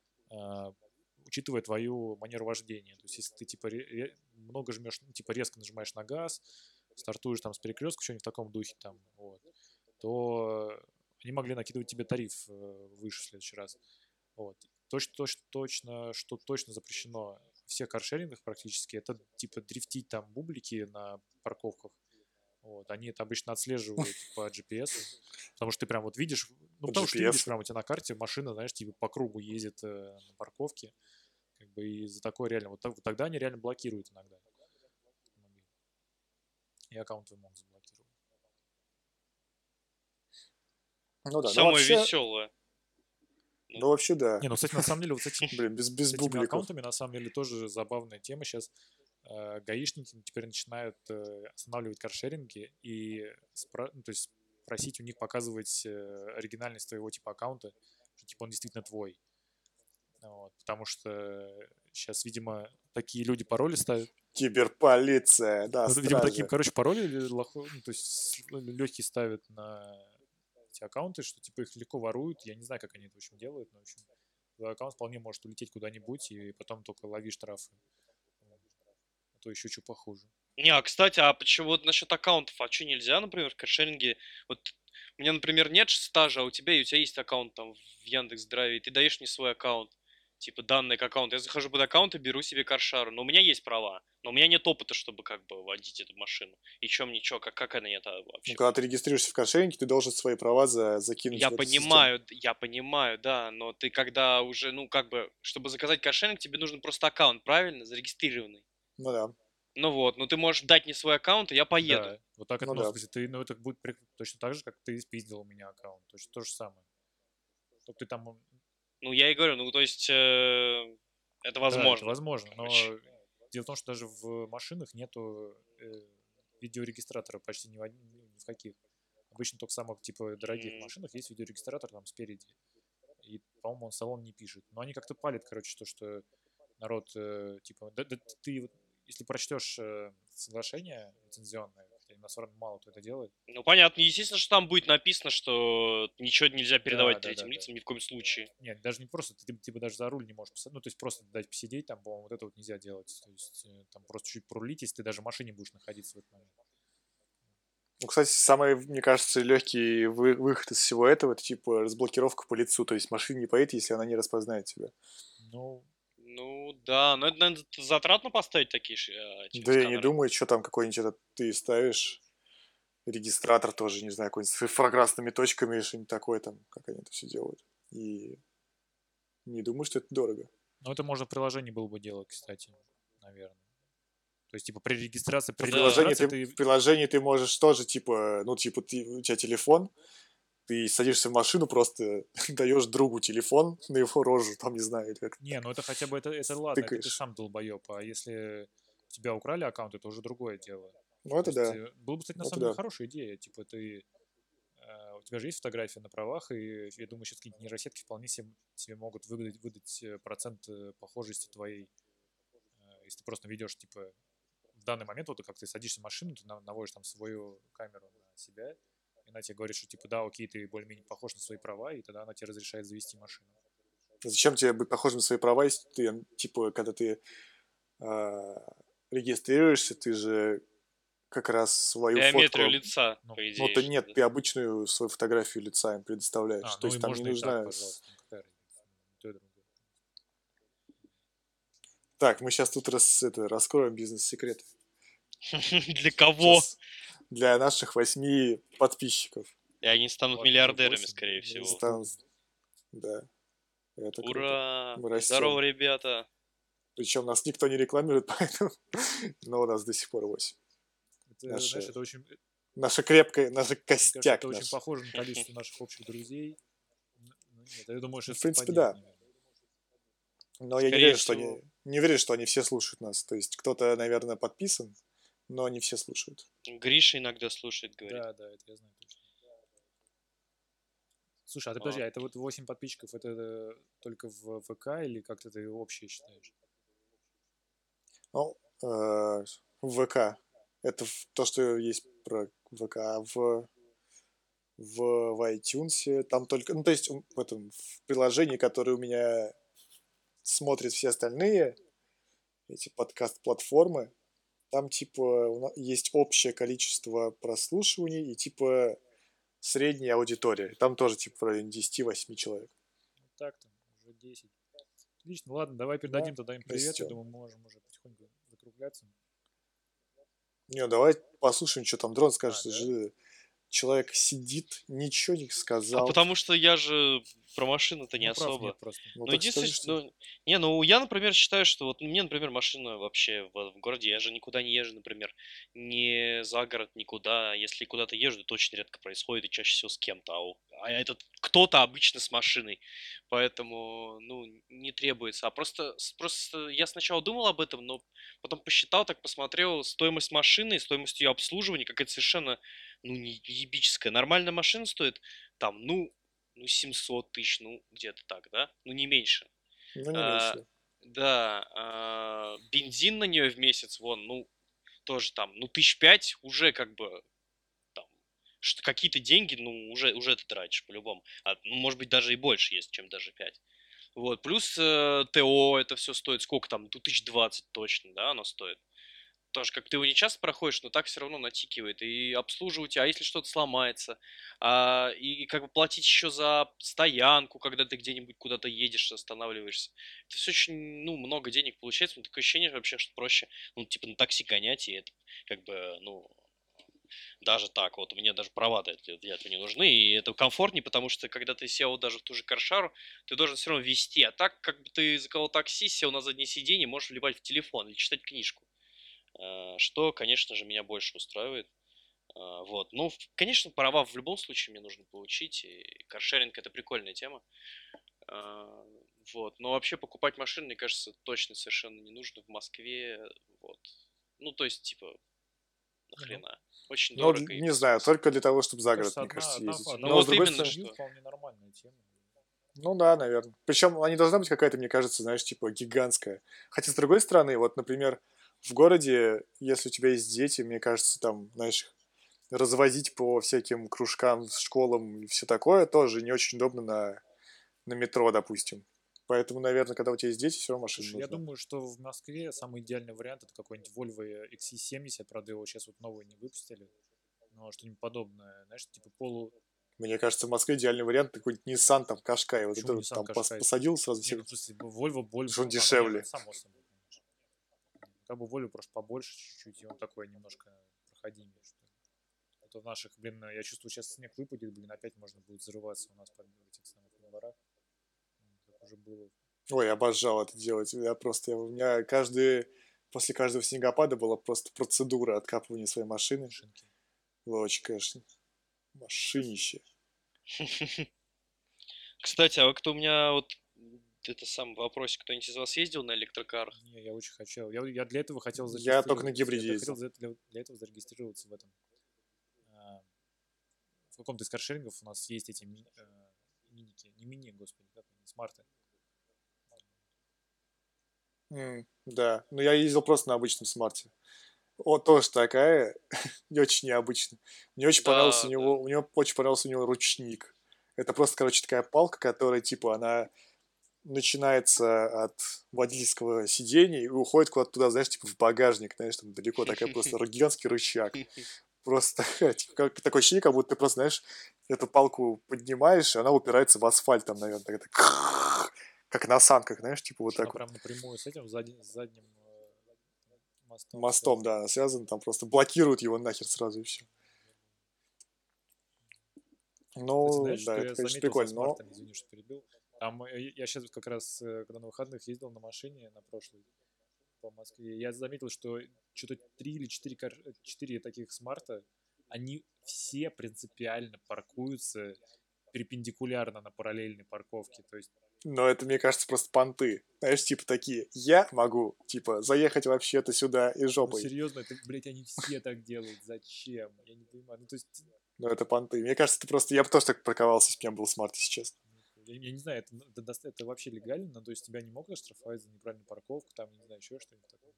а, учитывая твою манеру вождения. То есть, если ты, типа, ре- ре- много жмешь, ну, типа, резко нажимаешь на газ, стартуешь там с перекрестка, что-нибудь в таком духе там, вот, то они могли накидывать тебе тариф э, выше в следующий раз. Вот. Точно, точно, точно, что точно запрещено в всех каршерингах практически, это типа дрифтить там бублики на парковках. Вот. Они это обычно отслеживают по джи пи эс, потому что ты прям вот видишь, ну по потому что ты видишь джи пи эс. прям у тебя на карте машина, знаешь, типа по кругу ездит э, на парковке, как бы и за такое реально, вот так- тогда они реально блокируют иногда автомобиль. И аккаунты могут заблокировать. Ну да, ну Самое вообще, веселое. ну вообще да. Не, ну, кстати, на самом деле, вот с этими, Блин, без, с без этими бубликов. аккаунтами, на самом деле, тоже забавная тема сейчас. э, гаишники теперь начинают э, останавливать каршеринги и спра- ну, то есть просить у них показывать э, оригинальность твоего типа аккаунта, что типа он действительно твой. Вот, потому что сейчас, видимо, такие люди пароли ставят. Киберполиция, да, Ну, видимо, такие, стражи. короче, пароли лохо- ну, то есть легкие ставят на эти аккаунты, что типа их легко воруют. Я не знаю, как они это в общем делают, но в общем твой аккаунт вполне может улететь куда-нибудь, и потом только лови штрафы. Вот. А то еще что похуже. Не, а кстати, а почему вот насчет аккаунтов, а что нельзя, например, в каршеринге, вот у меня, например, нет стажа, а у тебя, и у тебя есть аккаунт там в Яндекс.Драйве, и ты даешь мне свой аккаунт, типа данные к аккаунту, я захожу под аккаунт и беру себе каршару, но у меня есть права, но у меня нет опыта, чтобы как бы водить эту машину, и чё мне, чё, как, как она это Ну, вообще? когда ты регистрируешься в каршеринге, ты должен свои права за, закинуть Я в эту систему. понимаю, д- я понимаю, да, но ты когда уже, ну, как бы, чтобы заказать каршеринг, тебе нужен просто аккаунт, правильно, зарегистрированный. Ну да, Ну вот, ну ты можешь дать мне свой аккаунт, и я поеду. Да, вот так это, ну ну, в да. смысле, ты, ну, это будет при- точно так же, как ты спиздил у меня аккаунт. Точно то же самое. Только ты там, Ну, я и говорю, ну, то есть, э, это да, это возможно, возможно, короче. но дело в том, что даже в машинах нету э, видеорегистратора почти ни в, од- ни в каких. Обычно только в самых, типа, дорогих М, машинах есть видеорегистратор там спереди. И, по-моему, он салон не пишет. Но они как-то палят, короче, то, что народ, э, типа, да, да ты, вот, если прочтешь э, соглашение лицензионное, хотя у нас равно мало кто это делает, Ну, понятно, естественно, что там будет написано, что ничего нельзя да, передавать да, да, третьим да. лицам ни в коем случае. Нет, даже не просто, ты типа даже за руль не можешь посадить, ну, то есть просто дать посидеть там, по-моему, вот это вот нельзя делать. То есть э, там просто чуть порулить, если ты даже в машине будешь находиться в этот момент. Ну, кстати, самый, мне кажется, легкий вы- выход из всего этого, это типа разблокировка по лицу. То есть машина не поедет, если она не распознает тебя. Ну, Ну, да, но это, наверное, затратно поставить такие ш- э, эти Да я не сканеры. думаю, что там какой-нибудь этот ты ставишь. Регистратор тоже, не знаю, какой-нибудь с инфракрасными точками или что-нибудь такое там, как они это все делают. И не думаю, что это дорого. ну, это можно в приложении было бы делать, кстати, наверное. То есть, типа, при регистрации, Но при в Да. приложении регистрации ты, ты... в приложении ты можешь тоже, типа, ну, типа, ты, у тебя телефон, ты садишься в машину, просто даешь другу телефон на его рожу, там, не знаю, или как Не, так, ну это хотя бы, это, это ладно, это ты тыкаешь. сам долбоеб, а если у тебя украли аккаунт, это уже другое дело. Ну, То это есть, да, э, было бы, кстати, на это самом деле да. хорошая идея, типа, ты... э, У тебя же есть фотография на правах, и я думаю, сейчас какие-нибудь нейросетки вполне себе, себе могут выдать, выдать э, процент э, похожести твоей, э, если ты просто ведешь, типа, в данный момент, вот как ты садишься в машину, ты на- наводишь там свою камеру на себя, и она тебе говорит, что типа, да, окей, ты более-менее похож на свои права, и тогда она тебе разрешает завести машину. Зачем тебе быть похожим на свои права, если ты, типа, когда ты а, регистрируешься, ты же как раз свою Биометрию фотку, лица, Ну, по ну, идее, то что нет, да. ты обычную свою фотографию лица им предоставляешь. а, То ну и есть там не можно и так, нужна... с- пожалуйста, ну какая разница, и то и другое. Так, мы сейчас тут рас, это, раскроем бизнес-секреты. Для кого? Сейчас для наших восьми подписчиков. И они станут Ладно, уже миллиардерами, восемь, скорее я уже всего. Станут, пуган. да, это круто. Ура! Мы Здорово, растем. ребята! Причем нас никто не рекламирует, поэтому... Но у нас до сих пор восемь. Это, знаешь, Наша, это очень, э, наша крепкая, наш мне кажется, это костяк очень наш. похоже на количество наших общих друзей. Н- Ну, нет, я думаю, что Ну, в это принципе, совпадение, да. наверное. Но я не Скорее уверен, что всего. они... Не уверен, что они все слушают нас. То есть кто-то, наверное, подписан, но не все слушают. Гриша иногда слушает, говорит. Да, да, это я знаю точно. Слушай, а ты подожди, Вот. а это вот восемь подписчиков, это э, только в ВК или как-то ты общее считаешь? Ну, э, в ВК. Это в- то, что есть про ВК. А в, в, в iTunes там только... Ну, то есть в этом в приложении, которое у меня смотрят все остальные, эти подкаст-платформы, там типа у на- есть общее количество прослушиваний и типа средняя аудитория. Там тоже типа в районе десяти-восьми человек. Вот так-то, уже десять. Отлично, ладно, давай Да, передадим тогда им привет. Я растем. думаю, мы можем уже потихоньку закругляться. Не, давай послушаем, что там дрон А, скажет. да? Же человек сидит, ничего не А сказал. потому что я же про машины-то не Ну, прав особо. нет просто. Ну Ну, так единственное, скажи, что... что... Ну, не, ну, я, например, считаю, что вот мне, например, машина вообще в, в городе, я же никуда не езжу, например, ни за город, никуда. Если куда-то езжу, то очень редко происходит и чаще всего с кем-то. А, у- а этот кто-то обычно с машиной. Поэтому, ну, не требуется. А просто, с- просто я сначала думал об этом, но потом посчитал, так посмотрел стоимость машины, стоимость ее обслуживания, какая-то совершенно, ну, не ебическая. Нормальная машина стоит там, ну, ну, семьсот тысяч, ну, где-то так, да? Ну, не меньше. Ну, не А, меньше. да, а, бензин на нее в месяц, вон, ну, тоже там, ну, тысяч пять уже как бы там что какие-то деньги, ну, уже, уже ты тратишь по-любому. А, ну, может быть, даже и больше есть, чем даже пять. Вот, плюс э, ТО это все стоит сколько там, ну, тысяч двадцать точно, да, оно стоит. Тоже как ты его не часто проходишь, но так все равно натикивает. И обслуживать, а если что-то сломается, а, и как бы платить еще за стоянку, когда ты где-нибудь куда-то едешь, останавливаешься. Это все очень, ну, много денег получается. Ну, такое ощущение вообще, что проще, ну, типа на такси гонять, и это как бы, ну, даже так, вот мне даже права для, для этого не нужны, и это комфортнее, потому что когда ты сел даже в ту же каршару, ты должен все равно вести, а так, как бы ты заказал такси, сел на заднее сиденье, можешь вливать в телефон или читать книжку, А, что, конечно же, меня больше устраивает. А, Вот, ну, в- конечно, права в любом случае мне нужно получить, и каршеринг это прикольная тема, А, вот, но вообще покупать машину, мне кажется, точно совершенно не нужно в Москве, вот, ну, то есть, типа, Не, ну, нахрена, очень Ну, д- дорого и не знаю, бессмысленно. только для того, чтобы мне за город, кажется, мне одна, кажется, одна, ездить. одна Ну Но, с вот другой машина в именно стороны, семью что. вполне нормальная тема. ну да, наверное. Причем она не должна быть какая-то, мне кажется, знаешь, типа гигантская. Хотя, с другой стороны, вот, например, в городе, если у тебя есть дети, мне кажется, там, знаешь, их развозить по всяким кружкам, школам и все такое тоже не очень удобно на, на метро, допустим. Поэтому, наверное, когда у тебя есть дети, все равно машина Слушай, я нужна. думаю, что в Москве самый идеальный вариант это какой-нибудь Volvo икс си семьдесят, правда, его сейчас вот новый не выпустили, но что-нибудь подобное, знаешь, типа полу... Мне кажется, в Москве идеальный вариант какой-нибудь Nissan, там, Qashqai. Вот это Почему вот Nissan там пос- Qashqai? посадил сразу Не, все, ну, в смысле, Volvo боль... потому что он А, ну нет, ну дешевле. это само собой, конечно. Как бы Volvo просто побольше чуть-чуть, и он такой немножко проходимее, что ли. А то в наших, блин, я чувствую, сейчас снег выпадет, блин, опять можно будет взрываться у нас под в этих самых дворах. М, Как уже было Ой, обожал это делать. Я просто, я- у меня каждый, после каждого снегопада была просто процедура откапывания своей машины. машинки. Было очень, конечно, машинище. Кстати, а вот кто у меня вот это сам вопросик, кто-нибудь из вас ездил на электрокарах? Не, я очень хотел. Я, я для этого хотел Я только на зарегистрироваться. Я гибриде так хотел ездил. за- для, для этого зарегистрироваться в этом. а, В каком-то из каршерингов у нас есть эти ми- э, миники. Не мини, господи, как они, смарты. М, да, но я ездил просто на обычном смарте. Вот тоже такая, не очень необычно. Мне очень понравился у Да, да. него, у него очень понравился у него ручник. Это просто, короче, такая палка, которая, типа, она начинается от водительского сидения и уходит куда-то туда, знаешь, типа в багажник, знаешь, там далеко, такая просто гигантский рычаг. Просто типа, как, такое ощущение, как будто ты просто, знаешь, эту палку поднимаешь, и она упирается в асфальт, там, наверное, так, это как на санках, знаешь, типа вот Что она так вот. прям напрямую с этим, с задним, с задним э, мостом Мостом, связана. да, она связана, там просто блокируют его нахер сразу и все. Кстати, Ну, знаешь, да, что это, я конечно, заметил со прикольно, но смартами, извини, что перебил. Там э, я сейчас как раз, э, когда на выходных ездил на машине на прошлый по Москве, я заметил, что что-то три или четыре, кар- э, четыре таких смарта, они все принципиально паркуются перпендикулярно на параллельной парковке. То есть, Но это, мне кажется, просто понты. Знаешь, типа такие, я могу, типа, заехать вообще-то сюда и ну жопой. серьезно, это, блядь, они все так делают. Зачем? Я не понимаю. Ну, то есть, Но это понты. Мне кажется, ты просто... Я бы тоже так парковался, если бы у меня был смарт, если честно. я, я не знаю, это, это, доста- это вообще легально? Ну, то есть тебя не могут оштрафовать за неправильную парковку, там, я не знаю, еще что-нибудь такое.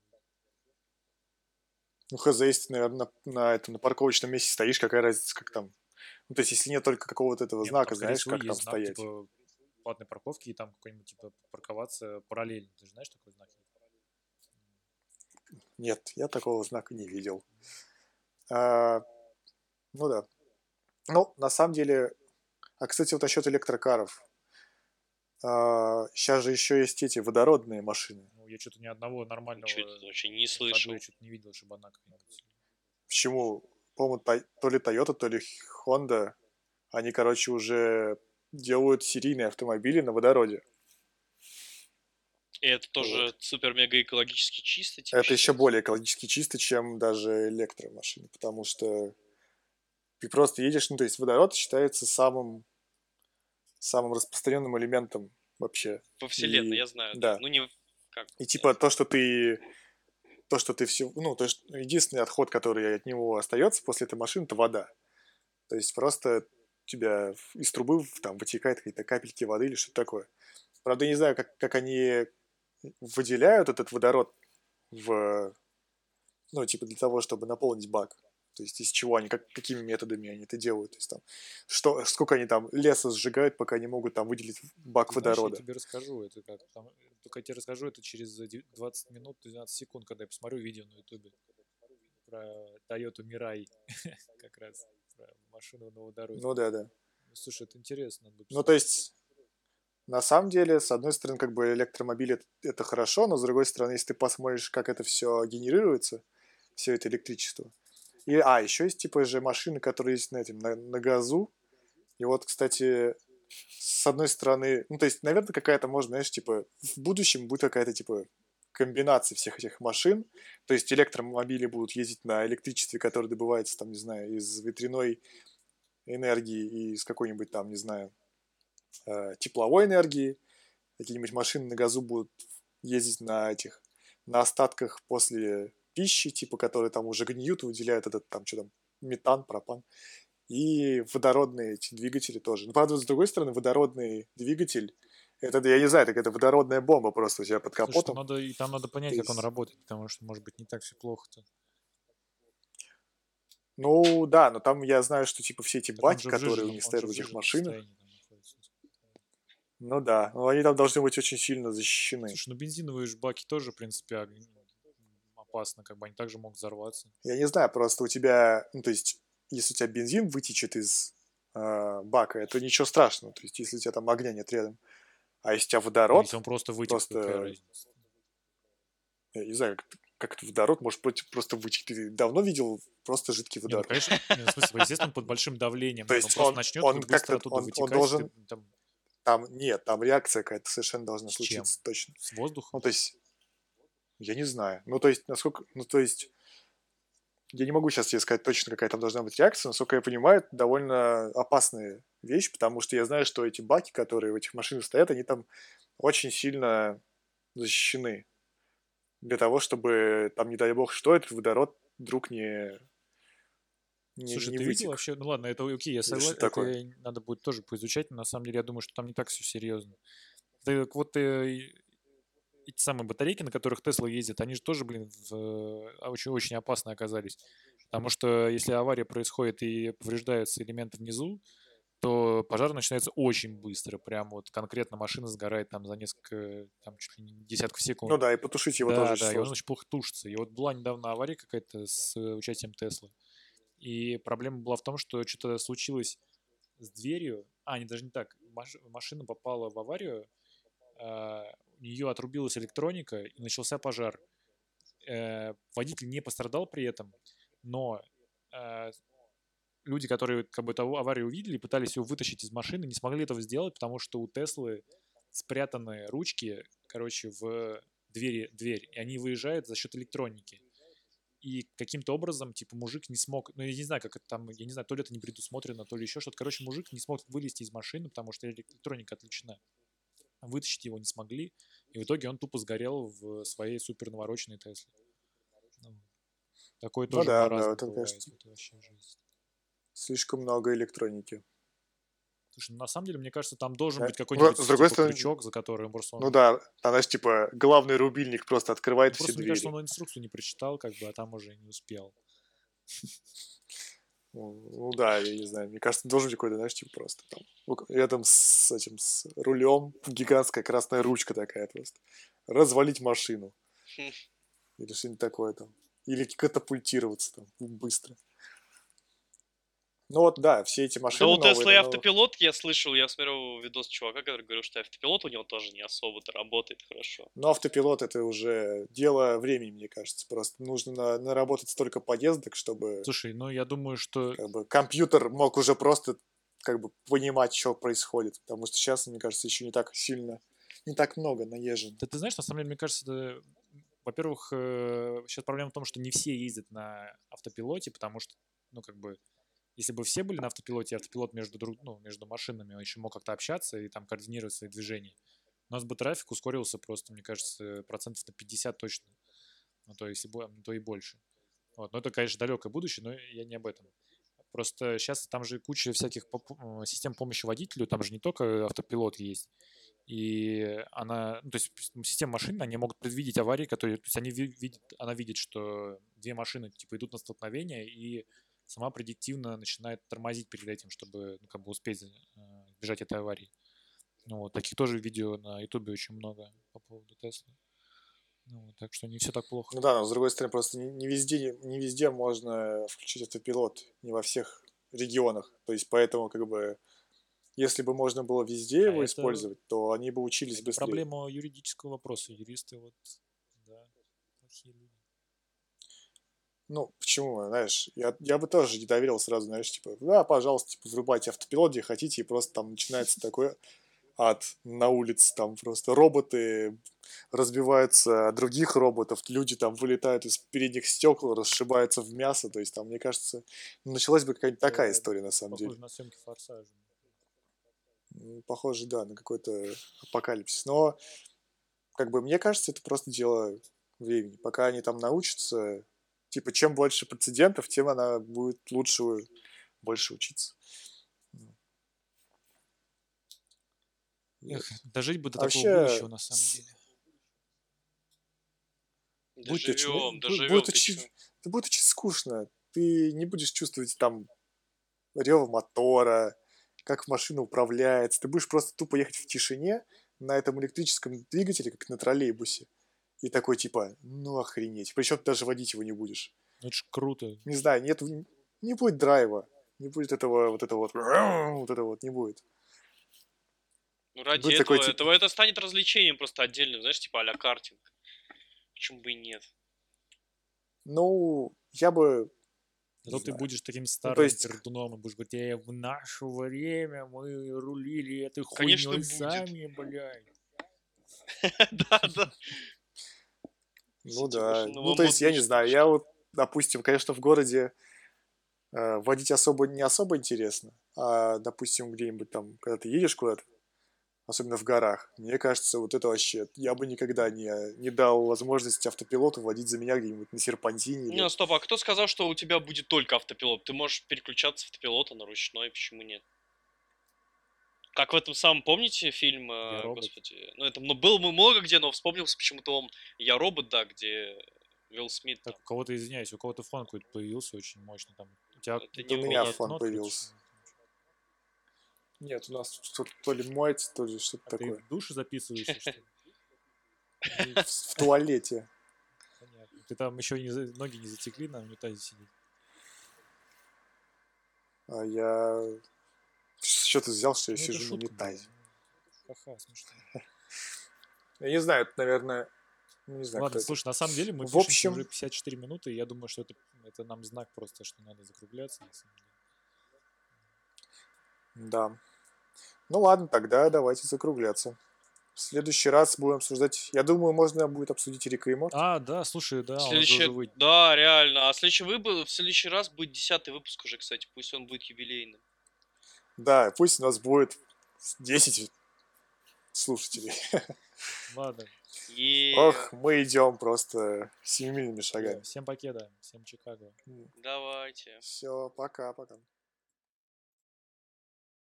Ну, хз, если ты, наверное, на, на этом, на парковочном месте стоишь, какая разница, как там. Ну, то есть, если нет только какого-то этого Не, ну там, знака, скорее знаешь, всего, как там есть знак, стоять. типа, платной парковки, и там какой-нибудь, типа, парковаться параллельно. Ты же знаешь такой знак есть? Нет, я такого знака не видел. А, ну да. Ну, на самом деле... А, кстати, вот насчет электрокаров. Сейчас же еще есть эти водородные машины. Ну, я что-то ни одного Что нормального это вообще не в ходу я слышал. что-то не видел, чтобы она какая-нибудь... Почему? По-моему, Тай- то ли Toyota, то ли Honda, они, короче, уже делают серийные автомобили на водороде. И это тоже Вот. супер-мега экологически чисто, типа, Это еще считается? более экологически чисто, чем даже электромашины, потому что ты просто едешь, ну, то есть водород считается самым самым распространенным элементом вообще. Во вселенной, И я знаю, да. да. Ну, не в- как. И типа то, что ты то, что ты все, ну, то есть единственный отход, который от него остается после этой машины, это вода. То есть просто у тебя в- из трубы в- там вытекает какие-то капельки воды или что-то такое. Правда, я не знаю, как, как они выделяют этот водород в, ну, типа для того, чтобы наполнить бак. То есть из чего они, как, какими методами они это делают. То есть там, что, сколько они там леса сжигают, пока они могут там выделить бак Ты знаешь, я водорода. тебе расскажу это как. Там, только я тебе расскажу это через де- двадцать минут, двенадцать секунд, когда я посмотрю видео на ютубе про Toyota Mirai, как раз про машину на водороде. Ну да, да. Слушай, это интересно, надо бы Ну, то посмотреть. есть, на самом деле, с одной стороны, как бы электромобиль это, это хорошо, но с другой стороны, если ты посмотришь, как это все генерируется, все это электричество. И, а, еще есть типа же машины, которые есть на, этим, на, на газу. И вот, кстати, с одной стороны, ну, то есть, наверное, какая-то, может, знаешь, типа, в будущем будет какая-то, типа, комбинация всех этих машин. То есть электромобили будут ездить на электричестве, которое добывается, там, не знаю, из ветряной энергии и из какой-нибудь там, не знаю, э, тепловой энергии. Какие-нибудь машины на газу будут ездить на этих, на остатках после пищи, типа, которые там уже гниют и выделяют этот, там, что там, метан, пропан. И водородные эти двигатели тоже. Но, правда, с другой стороны, водородный двигатель, это, я не знаю, так это водородная бомба просто у тебя под Слушай, ну капотом. надо, и там надо понять, То как он есть, работает, потому что, может быть, не так все плохо-то. ну, да, но там я знаю, что, типа, все эти Так он баки, же в которые у жиженном, них он стоят же в в этих жиженном машинах, состоянии там находится. ну да, но они там должны быть очень сильно защищены. Слушай, ну бензиновые ж баки тоже, в принципе, ог- опасно, как бы они также могут взорваться. Я не знаю, просто у тебя, ну, то есть, если у тебя бензин вытечет из э, бака, это ничего страшного. То есть, если у тебя там огня нет рядом. А если у тебя Ну, если водород, он просто вытек, то какая просто, разница? я не знаю, как, как это водород может быть просто вытечь. Ты давно видел просто жидкий Не, ну, водород? конечно, не, ну, в смысле, естественно, он под большим давлением. То Нет, он есть просто он, начнет он быстро как-то, оттуда он, он вытекать, и ты должен, там там, нет, там реакция какая-то совершенно должна с чем? случиться, точно. С воздухом? Ну, то есть, я не знаю. Ну, то есть, насколько, ну, то есть, я не могу сейчас тебе сказать точно, какая там должна быть реакция, но, насколько я понимаю, это довольно опасная вещь, потому что я знаю, что эти баки, которые в этих машинах стоят, они там очень сильно защищены для того, чтобы там, не дай бог, что этот водород вдруг не, не, Слушай, не ты видел вытек вообще? Ну ладно, это окей, я или согласен. что-то Это такое. я- надо будет тоже поизучать, но на самом деле я думаю, что там не так все серьезно. Так вот, э, и- эти самые батарейки, на которых Тесла ездит, они же тоже, блин, очень-очень опасны оказались. Потому что если авария происходит и повреждаются элементы внизу, то пожар начинается очень быстро. Прям вот конкретно машина сгорает там за несколько, там чуть ли не десятков Ну секунд. да, и потушить его тоже Да, очень да, и он сложно. очень плохо тушится. И вот была недавно авария какая-то с э, участием Теслы. И проблема была в том, что что-то случилось с дверью. А, не, даже не так. Маш- машина попала в аварию, а, у нее отрубилась электроника и начался пожар. Э, водитель не пострадал при этом, но э, люди, которые как бы эту аварию увидели, пытались его вытащить из машины, не смогли этого сделать, потому что у Теслы спрятаны ручки, короче, в двери, дверь, и они выезжают за счет электроники. И каким-то образом, типа, мужик не смог, ну, я не знаю, как это там, я не знаю, то ли это не предусмотрено, то ли еще что-то. Короче, мужик не смог вылезти из машины, потому что электроника отключена. Вытащить его не смогли, и в итоге он тупо сгорел в своей супер навороченной Тесле. Ну, такой Ну тоже да, да, маразм это, бывает. конечно, Это вообще жизнь. слишком много электроники. Слушай, ну, на самом деле, мне кажется, там должен Да. быть Ну, какой-нибудь, с другой типа, стороны, крючок, за которым просто ну он... да, там, знаешь, типа, главный рубильник просто открывает Ну, все просто мне кажется, двери. он инструкцию не прочитал, как бы, а там уже не успел. Ну, ну да, я не знаю, мне кажется, должен быть какой-то, знаешь, типа просто там, ну, рядом с этим, с рулем гигантская красная ручка такая просто. Развалить машину. Хм. Или что-нибудь такое там. Или катапультироваться там быстро. Ну вот, да, все эти Да машины у новые, Теслы и на новых... автопилот, я слышал, я смотрел видос чувака, который говорил, что автопилот у него тоже не особо-то работает хорошо. Но автопилот это уже дело времени, мне кажется. Просто нужно на- наработать столько поездок, чтобы Слушай, ну, я думаю, что... как бы компьютер мог уже просто как бы понимать, что происходит. Потому что сейчас, мне кажется, еще не так сильно, не так много наезжено. Да ты знаешь, на самом деле, мне кажется, это... Во-первых, сейчас проблема в том, что не все ездят на автопилоте, потому что, ну, как бы, если бы все были на автопилоте, и автопилот между, друг, ну, между машинами, он еще мог как-то общаться и там координировать свои движения, у нас бы трафик ускорился просто, мне кажется, процентов на пятьдесят точно. Ну, то, если, бо- ну, то и больше. Вот. Но это, конечно, далекое будущее, но я не об этом. Просто сейчас там же куча всяких поп- э, систем помощи водителю, там же не только автопилот есть. И она, ну, то есть м, система машин, они могут предвидеть аварии, которые, то есть они ви- видят, она видит, что две машины типа идут на столкновение, и сама предиктивно начинает тормозить перед этим, чтобы, ну, как бы успеть за- э, избежать этой аварии. Ну, вот, таких тоже видео на Ютубе очень много по поводу Теслы. Ну, вот, так что не все так плохо. Ну да, но с другой стороны, просто не, не везде, не везде можно включить автопилот, не во всех регионах. То есть поэтому, как бы, если бы можно было везде А его это, использовать, то они бы учились это быстрее. проблема юридического вопроса. Юристы вот, да, плохие люди. Ну, почему, знаешь, я, я бы тоже не доверил сразу, знаешь, типа, да, пожалуйста, типа, врубайте автопилот, где хотите, и просто там начинается такой ад на улице, там просто роботы разбиваются о других роботов, люди там вылетают из передних стекол, расшибаются в мясо, то есть там, мне кажется, началась бы какая-нибудь такая Это история на самом деле. похоже на съемки «Форсажа». М, Похоже, да, на какой-то апокалипсис. Но, как бы, мне кажется, это просто дело времени. Пока они там научатся, типа, чем больше прецедентов, тем она будет лучше, больше учиться. М, Эх, Вот. дожить бы до А такого вообще, будущего на самом с- деле. будет очень, Доживем, бу- будет доживем, ты чё? очень, это будет очень скучно. Ты не будешь чувствовать там рев мотора, как машина управляется. Ты будешь просто тупо ехать в тишине на этом электрическом двигателе, как на троллейбусе. И такой типа, ну охренеть. Причем ты даже водить его не будешь. Ну, это ж круто. Не знаю, нет, не будет драйва. Не будет этого, вот этого вот, вот этого вот не будет. Ну, ради Будет такой этого, типа, этого это станет развлечением просто отдельным, знаешь, типа а-ля картинг. Почему бы и нет? ну, я бы, А не то ты знаю. будешь таким Ну, то старым есть, пердуном и будешь говорить, э, в наше время мы рулили этой Конечно, хуйней будет. сами, блядь. Да, да. ну Кстати, да. ваша Ну, то есть, я новомодные не знаю, я штучки. вот, допустим, конечно, в городе э, водить особо не особо интересно. А, допустим, где-нибудь там, когда ты едешь куда-то, особенно в горах, мне кажется, вот это вообще, я бы никогда не, не дал возможности автопилоту водить за меня где-нибудь на серпантине Не, или... стоп, а кто сказал, что у тебя будет только автопилот? Ты можешь переключаться с автопилота на ручной, почему нет? Как в этом самом, помните фильм, Я э, робот. господи, ну это ну, был много где, но вспомнился почему-то он «Я робот», да, где Уилл Смит Так, там. у кого-то, извиняюсь, у кого-то фон какой-то появился очень мощный там. У тебя Это Это не у у меня меня. фон нотка или появился. что? Нет, у нас что-то то ли моется, то ли что-то А ты такое. в душе записываешься, что ли? В, в туалете. Понятно. Ты там еще не, за- ноги не затекли на унитазе сидеть? А я... Что ты взял, что я Ну, это сижу на шутка была. унитазе? Ну, ха-ха, смешно. Я не знаю, это, наверное... ну, Не знаю, Ладно, кто это. слушай, на самом деле мы В пишемся уже общем, пятьдесят четыре минуты, и я думаю, что это, это нам знак просто, что надо закругляться, на самом деле. да. Ну ладно, тогда давайте закругляться. В следующий раз будем обсуждать... Я думаю, можно будет обсудить Рика и Морти. А, да, слушай, да, он же уже Следующее, выйдет. да, реально. А следующий выпуск, в следующий раз будет десятый выпуск уже, кстати, пусть он будет юбилейным. Да, пусть у нас будет десять слушателей. Ладно, Е, Ох, мы идем просто семимильными да, шагами. всем покеда, всем Чикаго. давайте. Все, пока-пока.